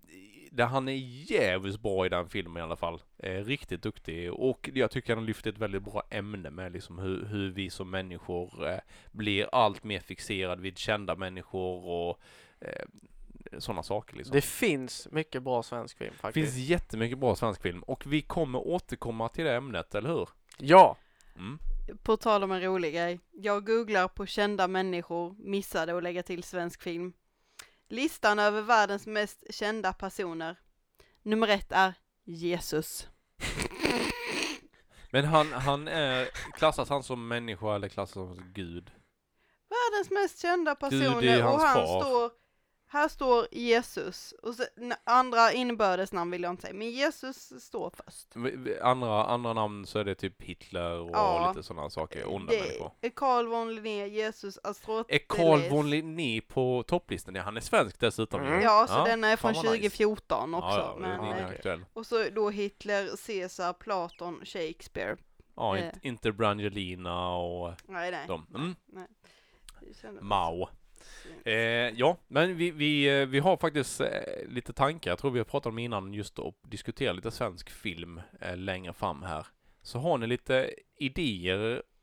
där han är jävligt bra i den filmen i alla fall. Eh, riktigt duktig. Och jag tycker han lyfter ett väldigt bra ämne med liksom hur, hur vi som människor eh, blir allt mer fixerade vid kända människor och eh, sådana saker liksom. Det finns mycket bra svensk film Det faktiskt. finns jättemycket bra svensk film och vi kommer återkomma till det ämnet, eller hur? Ja. Mm. På tal om en rolig grej. Jag googlar på kända människor, missade att lägga till svensk film. Listan över världens mest kända personer. Nummer ett är Jesus. Men han, han är, klassas han som människa eller klassas han som gud? Världens mest kända Gud är personer hans och han far. står, här står Jesus. Och så, n- andra inbördesnamn vill jag inte säga, men Jesus står först. V- v- Andra, andra namn så är det typ Hitler och Ja. lite sådana saker, onda Det människor. är Carl von Linné, Jesus, Astroteles. Är Carl von Linné på topplistan? Ja, han är svensk dessutom. ju. Mm. Ja, så Ja, den är fan från vad nice. tjugo fjorton också. Ja, ja, men, den är eh, aktuell. och så då Hitler, Caesar, Platon, Shakespeare. Ja, eh. Inter- Inter Brangelina och Nej, nej. de. Mm. nej. Det kändes- Mao. Eh, ja, men vi, vi, eh, vi har faktiskt eh, lite tankar. Jag tror vi har pratat om innan just att diskutera lite svensk film eh, längre fram här. Så har ni lite idéer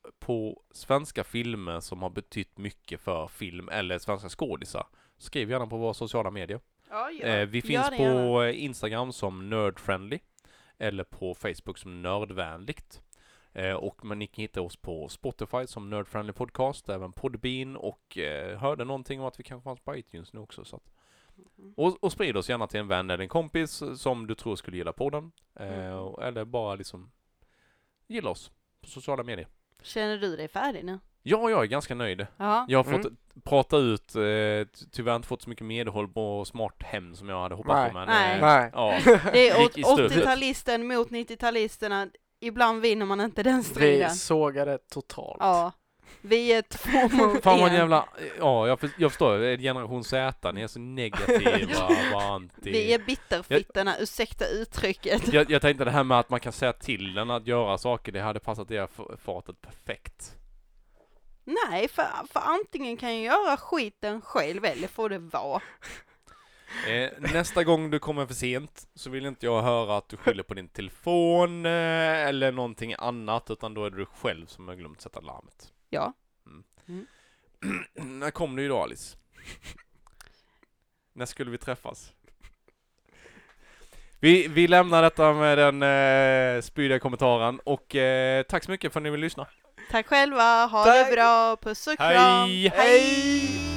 på svenska filmer som har betytt mycket för film eller svenska skådisar, skriv gärna på våra sociala medier. Ja, ja. Eh, vi finns på gärna. Instagram som nerdfriendly eller på Facebook som nördvänligt. Eh, och men ni kan hitta oss på Spotify som Nerdfriendly Podcast, även Podbean, och eh, hörde någonting om att vi kanske fanns på iTunes nu också. Så att, och, och sprid oss gärna till en vän eller en kompis som du tror skulle gilla podden. Eh, Mm. Eller bara liksom gilla oss på sociala medier. Känner du dig färdig nu? Ja, jag är ganska nöjd. Ja. Jag har fått Mm. prata ut, eh, tyvärr inte fått så mycket medhåll på Smart Hem som jag hade hoppats Nej. på. Men, Nej. eh, Nej. Ja. Det är Gick i stöpet. åttiotalisten mot nittio-talisterna. Ibland vinner man inte den Vi striden. sågade totalt. Ja. Vi är två mot Fan vad en. jävla, ja jag, för, jag förstår, det är generation Z, ni är så negativa, vad anti. Vi är bitterfittorna, ursäkta uttrycket. Jag, jag tänkte det här med att man kan säga till den att göra saker, det hade passat det fatet perfekt. Nej, för, för antingen kan jag göra skiten själv eller får det vara. Eh, nästa gång du kommer för sent så vill inte jag höra att du skyller på din telefon eh, eller någonting annat, utan då är det du själv som har glömt sätta larmet. Ja. Mm. Mm. När kom du idag, Alice? När skulle vi träffas? Vi, vi lämnar detta med den eh, spydiga kommentaren och eh, tack så mycket för att ni vill lyssna. Tack själva, ha Tack. det bra, puss och kram. Hej! Hej!